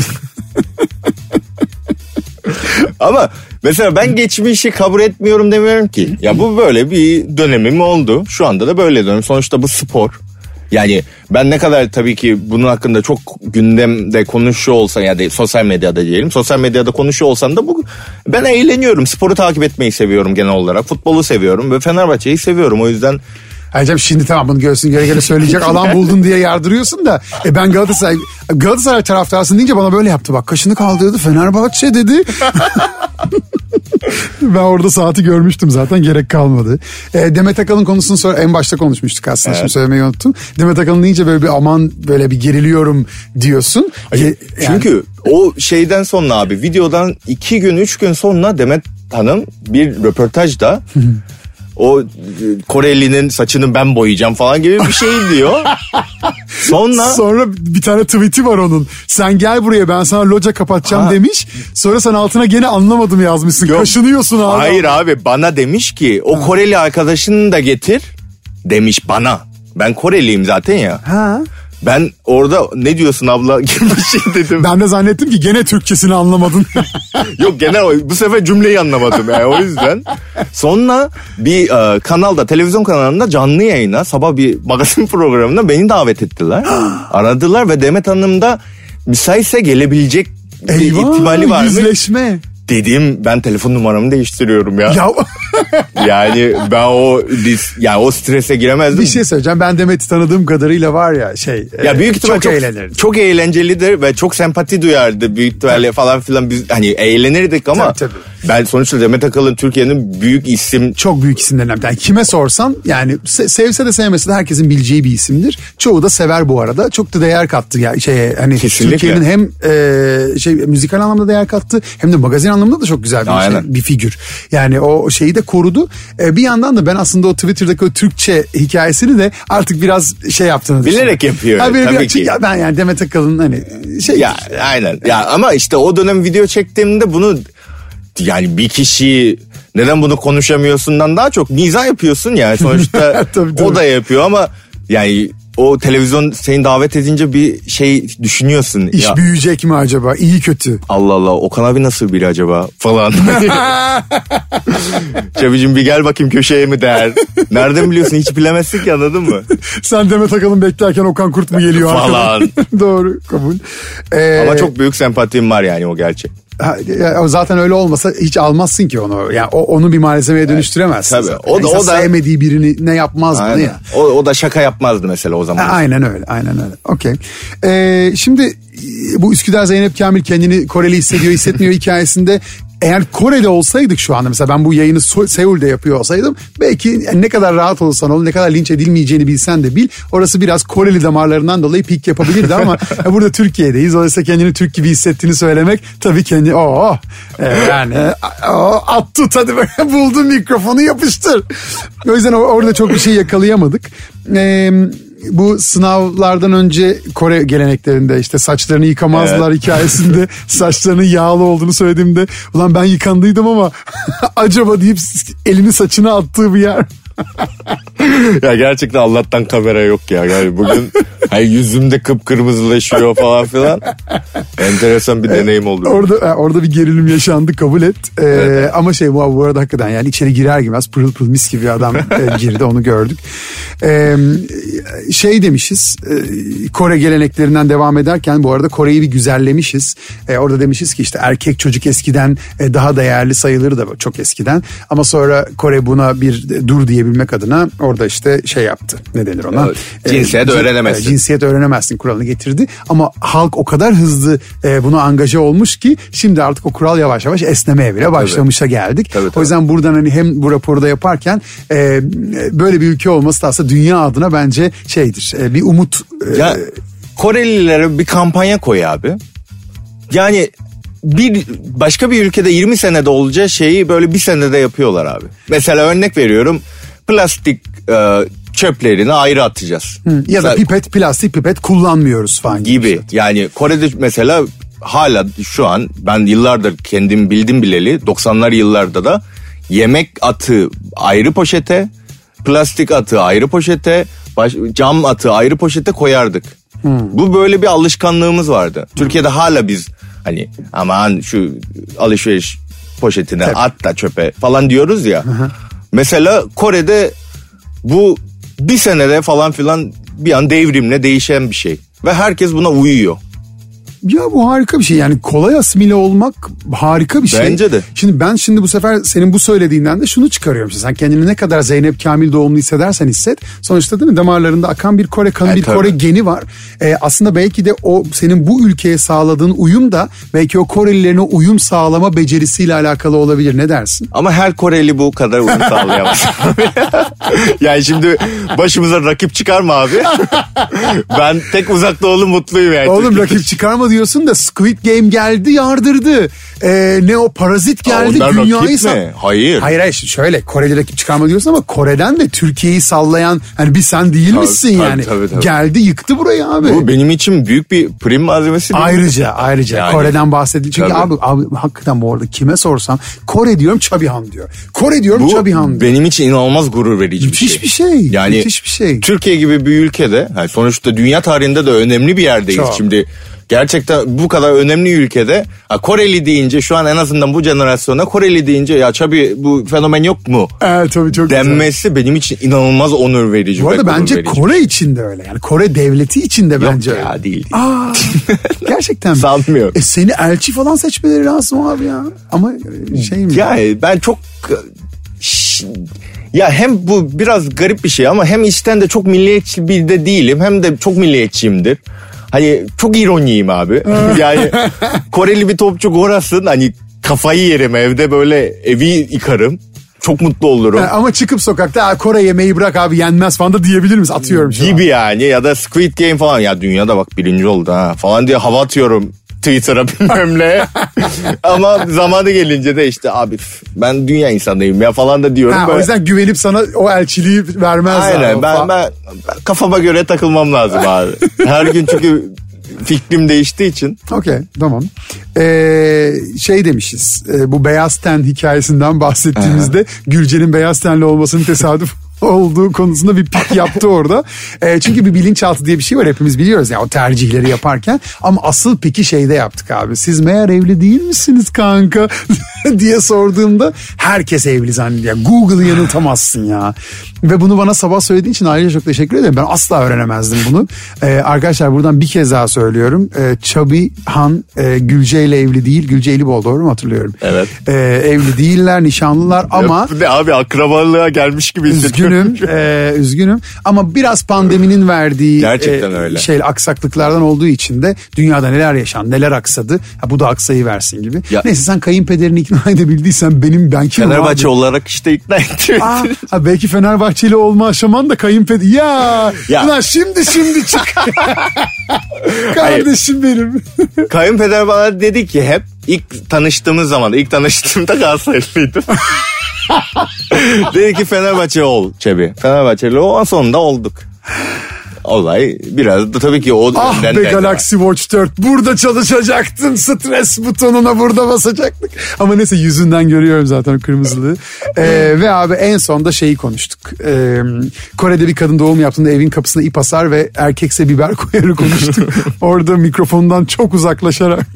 C: Ama mesela ben geçmişi kabul etmiyorum demiyorum ki. Ya bu böyle bir dönemim oldu. Şu anda da böyle dönem. Sonuçta bu spor. Yani ben ne kadar tabii ki bunun hakkında çok gündemde konuşuyor olsam, ya da sosyal medyada diyelim, sosyal medyada konuşuyor olsam da ben eğleniyorum. Sporu takip etmeyi seviyorum genel olarak. Futbolu seviyorum ve Fenerbahçe'yi seviyorum. O yüzden...
B: Hacım şimdi tamam, bunu göğsün göre söyleyecek alan buldun diye yardırıyorsun da ben Galatasaray taraftarısın deyince bana böyle yaptı, bak kaşını kaldırdı, Fenerbahçe dedi. Ben orada saati görmüştüm zaten, gerek kalmadı. Demet Akalın konusunu sonra en başta konuşmuştuk aslında, evet. Şimdi söylemeyi unuttum. Demet Akalın deyince böyle bir aman, böyle bir geriliyorum diyorsun.
C: Çünkü o şeyden sonra abi, videodan 2 gün 3 gün sonra Demet Hanım bir röportajda o Koreli'nin saçını ben boyayacağım falan gibi bir şey diyor. Sonra
B: bir tane tweet'i var onun. Sen gel buraya, ben sana loca kapatacağım demiş. Sonra sen altına gene anlamadım yazmışsın. Yok. Kaşınıyorsun abi.
C: Hayır abi, bana demiş ki o Koreli arkadaşını da getir demiş bana. Ben Koreliyim zaten ya. Ben orada ne diyorsun abla gibi bir şey dedim.
B: Ben de zannettim ki gene Türkçesini anlamadın.
C: Yok genel bu sefer cümleyi anlamadım yani o yüzden. Sonra bir kanalda, televizyon kanalında canlı yayına, sabah bir magazin programına beni davet ettiler. Aradılar ve Demet Hanım da müsaitse gelebilecek bir ihtimali var mı?
B: Yüzleşme.
C: Dedim ben telefon numaramı değiştiriyorum ya. Yani ben o strese giremezdim.
B: Bir şey söyleyeceğim. Ben Demet'i tanıdığım kadarıyla var ya
C: ya büyük ihtimal
B: çok eğlenirdi.
C: Çok eğlencelidir ve çok sempati duyardı büyük ihtimalle falan filan, biz hani eğlenirdik ama
B: tabii.
C: Ben sonuçta Demet Akalın Türkiye'nin büyük isim.
B: Çok büyük isimlerinden. Yani kime sorsan yani sevse de sevmese de herkesin bileceği bir isimdir. Çoğu da sever bu arada. Çok da değer kattı ya hani
C: kesinlikle.
B: Türkiye'nin hem müzikal anlamda değer kattı hem de magazin anlamda da çok güzel bir figür. Yani o şeyi de korudu. Bir yandan da ben aslında o Twitter'daki o Türkçe hikayesini de artık biraz yaptığını
C: bilerek yapıyor. Tabii ki.
B: Ya ben yani Demet Akalın hani
C: Ya aynen. Ya ama işte o dönem video çektiğimde bunu yani bir kişi neden bunu konuşamıyorsundan daha çok mizah yapıyorsun yani sonuçta tabii. O da yapıyor ama yani o televizyon seni davet edince bir şey düşünüyorsun.
B: İş büyüyecek mi acaba? İyi kötü.
C: Allah Allah, Okan abi nasıl biri acaba falan. Çabicim bir gel bakayım köşeye mi der. Nereden biliyorsun, hiç bilemezsin ki, anladın mı?
B: Sen Demet Akalın beklerken Okan Kurt mu geliyor
C: falan.
B: Doğru, kabul.
C: Ama çok büyük sempatim var yani, o gerçek.
B: Zaten öyle olmasa hiç almazsın ki onu. Yani onu bir malzemeye dönüştüremezsin.
C: Tabii.
B: Zaten.
C: O da
B: sevmediği birini ne yapmaz bunu ya.
C: O da şaka yapmazdı mesela o zaman.
B: Aynen öyle. Okey. Şimdi bu Üsküdar Zeynep Kamil kendini Koreli hissediyor hissetmiyor hikayesinde, eğer Kore'de olsaydık şu anda, mesela ben bu yayını Seul'de yapıyor olsaydım, belki ne kadar rahat olsan ol, ne kadar linç edilmeyeceğini bilsen de bil, orası biraz Koreli damarlarından dolayı pik yapabilirdi ama burada Türkiye'deyiz. Dolayısıyla kendini Türk gibi hissettiğini söylemek tabii kendi at tut hadi buldun mikrofonu yapıştır. O yüzden orada çok bir şey yakalayamadık. Bu sınavlardan önce Kore geleneklerinde işte saçlarını yıkamazlar hikayesinde saçlarının yağlı olduğunu söylediğimde, ulan ben yıkandıydım ama acaba deyip elini saçına attığı bir yer.
C: Ya gerçekten Allah'tan kamera yok ya. Yani bugün yüzümde kıpkırmızılaşıyor falan filan. Enteresan bir deneyim oldu.
B: Orada bir gerilim yaşandı, kabul et. Ama bu arada hakikaten yani içeri girer girmez pırıl pırıl mis gibi adam girdi, onu gördük. Demişiz, Kore geleneklerinden devam ederken bu arada Kore'yi bir güzellemişiz. Orada demişiz ki işte erkek çocuk eskiden daha değerli sayılır da çok eskiden. Ama sonra Kore buna bir dur diyebilmek adına orada işte yaptı. Ne denir ona?
C: Evet, cinsiyet öğrenemezsin.
B: Cinsiyet öğrenemezsin kuralını getirdi. Ama halk o kadar hızlı buna angaje olmuş ki şimdi artık o kural yavaş yavaş esnemeye bile başlamışa geldik.
C: Tabii.
B: O yüzden buradan hani hem bu raporu da yaparken böyle bir ülke olması da aslında dünya adına bence bir umut.
C: Ya Korelilere bir kampanya koy abi. Yani başka bir ülkede 20 senede olacağı şeyi böyle bir senede yapıyorlar abi. Mesela örnek veriyorum, plastik çöplerini ayrı atacağız.
B: Ya da plastik pipet kullanmıyoruz falan
C: gibi.
B: İşte.
C: Yani Kore'de mesela hala şu an ben yıllardır kendim bildim bileli 90'lar yıllarda da yemek atığı ayrı poşete, plastik atığı ayrı poşete, cam atığı ayrı poşete koyardık. Bu böyle bir alışkanlığımız vardı. Türkiye'de hala biz hani aman şu alışveriş poşetine at da çöpe falan diyoruz ya. Mesela Kore'de bu bir senede falan filan bir an devrimle değişen bir şey. Ve herkes buna uyuyor.
B: Ya bu harika bir şey, yani kolay asimile olmak harika bir şey.
C: Bence de.
B: Şimdi bu sefer senin bu söylediğinden de şunu çıkarıyorum. Sen kendini ne kadar Zeynep Kamil doğumlu hissedersen hisset. Sonuçta değil mi, damarlarında akan bir Kore kanı, bir
C: tabii.
B: Kore geni var. Aslında belki de o senin bu ülkeye sağladığın uyum da belki o Korelilerin o uyum sağlama becerisiyle alakalı olabilir. Ne dersin?
C: Ama her Koreli bu kadar uyum sağlayamaz. Yani şimdi başımıza rakip çıkar mı abi? Ben tek uzak doğulu mutluyum yani.
B: Oğlum rakip çıkarma çıkarma diyorsun da Squid Game geldi yardırdı. Ne o Parazit geldi dünyayı
C: Hayır.
B: Hayır şöyle Koreli rakip çıkarma diyorsun ama Kore'den de Türkiye'yi sallayan hani bir sen değil misin yani.
C: Tabii.
B: Geldi yıktı burayı abi.
C: Bu benim için büyük bir prim malzemesi değil.
B: Ayrıca yani, Kore'den bahsedildi. Çünkü abi hakikaten bu arada kime sorsam Kore diyorum Çabihan diyor. Kore diyorum Çabihan diyor.
C: Benim için inanılmaz gurur verici
B: müthiş bir şey.
C: Yani
B: müthiş bir şey.
C: Türkiye gibi bir ülkede yani sonuçta dünya tarihinde de önemli bir yerdeyiz şimdi. Gerçekten bu kadar önemli ülkede Koreli deyince şu an en azından bu jenerasyona Koreli deyince ya Çabi bu fenomen yok mu?
B: Evet tabii çok
C: denmesi benim için inanılmaz onur verici.
B: Bu arada bence Kore için de öyle yani Kore devleti için de bence
C: öyle.
B: Yok
C: ya değil.
B: Gerçekten mi?
C: Sanmıyorum.
B: Seni elçi falan seçmeleri lazım abi ya. Ama şey mi?
C: Yani ben çok... Ya hem bu biraz garip bir şey ama hem içten de çok milliyetçi bir de değilim hem de çok milliyetçiyimdir. Hani çok ironiyim abi. Yani Koreli bir topçu gorasın hani kafayı yerim evde böyle evi yıkarım. Çok mutlu olurum.
B: Ama çıkıp sokakta Kore yemeği bırak abi yenmez falan da diyebilir miyiz? Atıyorum şu
C: gibi an. Yani ya da Squid Game falan ya dünyada bak birinci oldu ha falan diye hava atıyorum. Twitter'a bilmem ne. Ama zamanı gelince de işte abi ben dünya insanıyım ya falan da diyorum.
B: O yüzden güvenip sana o elçiliği vermezler.
C: Aynen ben kafama göre takılmam lazım abi. Her gün çünkü fikrim değiştiği için.
B: Okey tamam. Şey demişiz bu beyaz ten hikayesinden bahsettiğimizde Gülce'nin beyaz tenli olmasının tesadüf olduğu konusunda bir pik yaptı orada. Çünkü bir bilinçaltı diye bir şey var hepimiz biliyoruz ya o tercihleri yaparken ama asıl piki şeyde yaptık abi. Siz meğer evli değil misiniz kanka diye sorduğumda herkes evli zannediyor. Google'ı yanıltamazsın ya. Ve bunu bana sabah söylediğin için ayrıca çok teşekkür ederim. Ben asla öğrenemezdim bunu. Arkadaşlar buradan bir kez daha söylüyorum. Çabihan Gülce ile evli değil. Gülce Elibol doğru mu hatırlıyorum?
C: Evet.
B: Evli değiller, nişanlılar ama...
C: Ne abi akrabalığa gelmiş gibi hissediyorum.
B: Üzgünüm ama biraz pandeminin verdiği
C: gerçekten öyle.
B: Aksaklıklardan olduğu için de dünyada neler yaşandı, neler aksadı. Bu da aksayı versin gibi. Ya, neyse sen kayınpederini ikna edebildiysen ben kim
C: Fenerbahçe olarak işte ikna ettim.
B: Belki Fenerbahçeli olma aşaman da kayınpeder. Ya. Ulan şimdi çık. Kardeşim benim.
C: Kayınpeder bana dedi ki hep ilk tanıştığımda Galatasaraylıydım. Dedi ki Fenerbahçe ol Çebi. Fenerbahçeli ol sonunda olduk. Olay biraz da tabii ki o...
B: Ah be Galaxy Watch 4 burada çalışacaktım, stres butonuna burada basacaktık. Ama neyse yüzünden görüyorum zaten kırmızılığı. Ve abi en sonda şeyi konuştuk. Kore'de bir kadın doğum yaptığında evin kapısına ip asar ve erkekse biber koyarı konuştuk. Orada mikrofondan çok uzaklaşarak...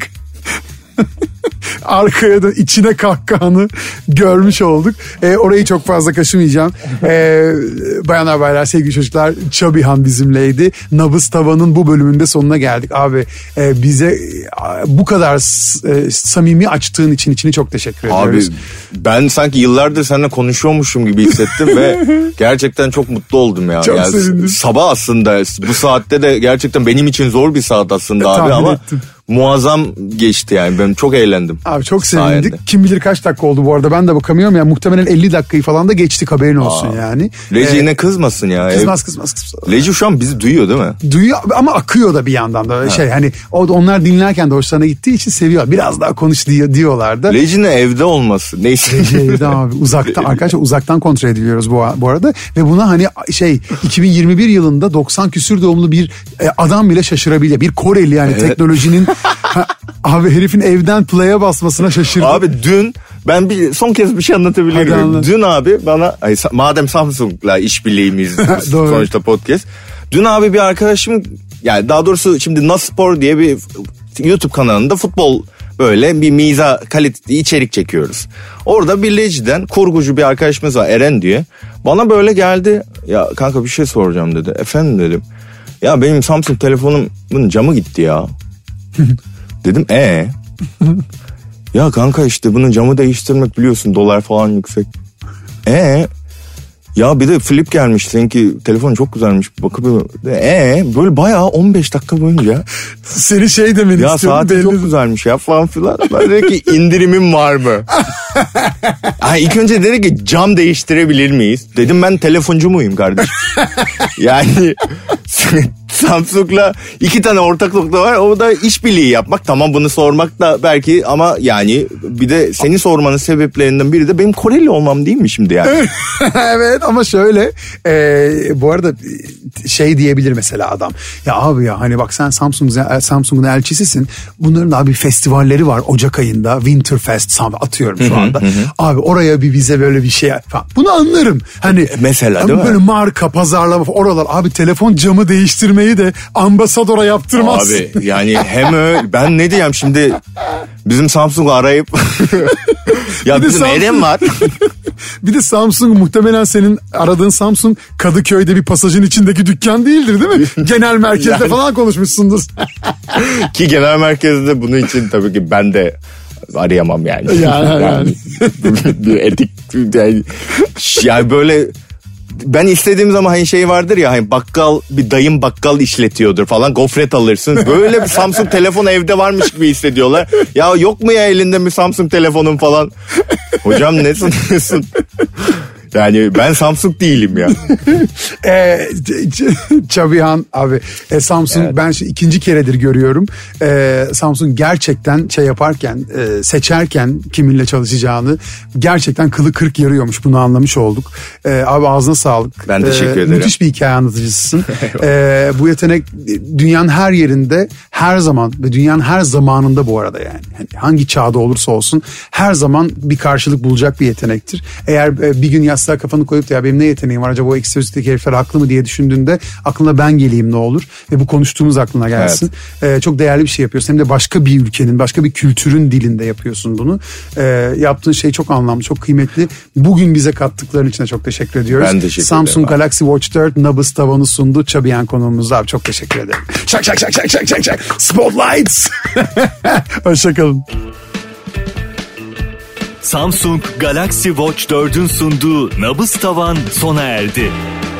B: arkaya da içine kahkahanı görmüş olduk. Orayı çok fazla kaşımayacağım. Bayanlar baylar sevgili çocuklar Çabihan bizimleydi. Nabız Tavan'ın bu bölümünde sonuna geldik. Abi bize bu kadar samimi açtığın için içini çok teşekkür ediyoruz.
C: Abi ben sanki yıllardır seninle konuşuyormuşum gibi hissettim ve gerçekten çok mutlu oldum ya.
B: Çok sevindim.
C: Sabah aslında bu saatte de gerçekten benim için zor bir saat aslında abi ama... Ettim. Muazzam geçti yani ben çok eğlendim.
B: Abi çok sevindik. Kim bilir kaç dakika oldu bu arada ben de bakamıyorum ya muhtemelen 50 dakikayı falan da geçtik haberin olsun yani.
C: Leci yine kızmasın ya.
B: Kızmaz.
C: Leci şu an bizi duyuyor değil mi?
B: Duyuyor ama akıyor da bir yandan da hani onlar dinlerken de hoşlarına gittiği için seviyor. Biraz daha konuş diyorlar da.
C: Leci'nin evde olması neyse.
B: Leci evde abi uzaktan arkadaşlar uzaktan kontrol ediliyoruz bu arada ve buna hani 2021 yılında 90 küsür doğumlu bir adam bile şaşırabiliyor. Bir Koreli yani teknolojinin abi herifin evden play'e basmasına şaşırdım.
C: Abi dün ben son kez bir şey anlatabilirim. Dün abi bana madem Samsung'la işbirliğimiz sonuçta podcast. Dün abi bir arkadaşım yani daha doğrusu şimdi Naspor diye bir YouTube kanalında futbol böyle bir miza kaliteli içerik çekiyoruz. Orada bir Leci'den kurgucu bir arkadaşımız var Eren diye. Bana böyle geldi ya kanka bir şey soracağım dedi. Efendim dedim. Ya benim Samsung telefonumun camı gitti ya. Dedim ya kanka işte bunun camı değiştirmek biliyorsun dolar falan yüksek. Ya bir de flip gelmiş seninki telefon çok güzelmiş bakıp böyle bayağı 15 dakika boyunca.
B: Seni şey demeni
C: ya
B: istiyorum.
C: Ya saati çok güzelmiş ya falan filan. Ben dedim ki indirimim var mı? İlk önce dedi ki cam değiştirebilir miyiz? Dedim ben telefoncu muyum kardeşim? Yani Samsung'la 2 tane ortak nokta var. O da işbirliği yapmak. Tamam, bunu sormak da belki ama yani bir de seni sormanın sebeplerinden biri de benim Koreli olmam değil mi şimdi yani?
B: Evet ama şöyle bu arada şey diyebilir mesela adam. Ya abi ya hani bak sen Samsung'un elçisisin. Bunların da abi festivalleri var Ocak ayında. Winterfest atıyorum şu anda. Abi oraya bize böyle bir şey falan. Bunu anlarım. Hani
C: mesela değil mi?
B: Böyle marka, pazarlama oralar. Abi telefon camı değiştirmeyi de ambasadora yaptırmaz.
C: Abi yani hem öyle, ben ne diyeyim şimdi bizim Samsung'u arayıp ya bizim Eren var.
B: Bir de Samsung muhtemelen senin aradığın Samsung Kadıköy'de bir pasajın içindeki dükkan değildir değil mi? Genel merkezde yani, falan konuşmuşsundur.
C: Ki genel merkezde bunun için tabii ki ben de arayamam yani.
B: Yani.
C: Bir etik yani böyle ben istediğim zaman hani şey vardır ya hani bir dayım bakkal işletiyordur falan, gofret alırsın. Böyle bir Samsung telefon evde varmış gibi hissediyorlar. Ya yok mu ya elinde bir Samsung telefonun falan. Hocam nesin? Yani ben Samsung değilim ya.
B: Çabihan abi Samsung evet. Ben ikinci keredir görüyorum. Samsung gerçekten şey yaparken seçerken kiminle çalışacağını gerçekten kılı kırk yarıyormuş, bunu anlamış olduk. Abi ağzına sağlık.
C: Ben teşekkür ederim.
B: Müthiş bir hikaye anlatıcısın. Bu yetenek dünyanın her yerinde, her zaman ve dünyanın her zamanında bu arada yani. Hangi çağda olursa olsun her zaman bir karşılık bulacak bir yetenektir. Eğer bir gün yastığa kafanı koyup da ya benim ne yeteneğim var acaba, o Exodus'taki herifler haklı mı diye düşündüğünde aklına ben geleyim ne olur ve bu konuştuğumuz aklına gelsin. Evet. Çok değerli bir şey yapıyorsun. Hem de başka bir ülkenin, başka bir kültürün dilinde yapıyorsun bunu. Yaptığın şey çok anlamlı, çok kıymetli. Bugün bize kattıkların için de çok teşekkür ediyoruz.
C: Ben teşekkür
B: Samsung ederim. Galaxy Watch 4 nabız tavanı sundu. Çabiyan konuğumuzda abi çok teşekkür ederim. Şak. Spotlights. Hoşçakalın.
A: Samsung Galaxy Watch 4'ün sunduğu Nabız Tavan sona erdi.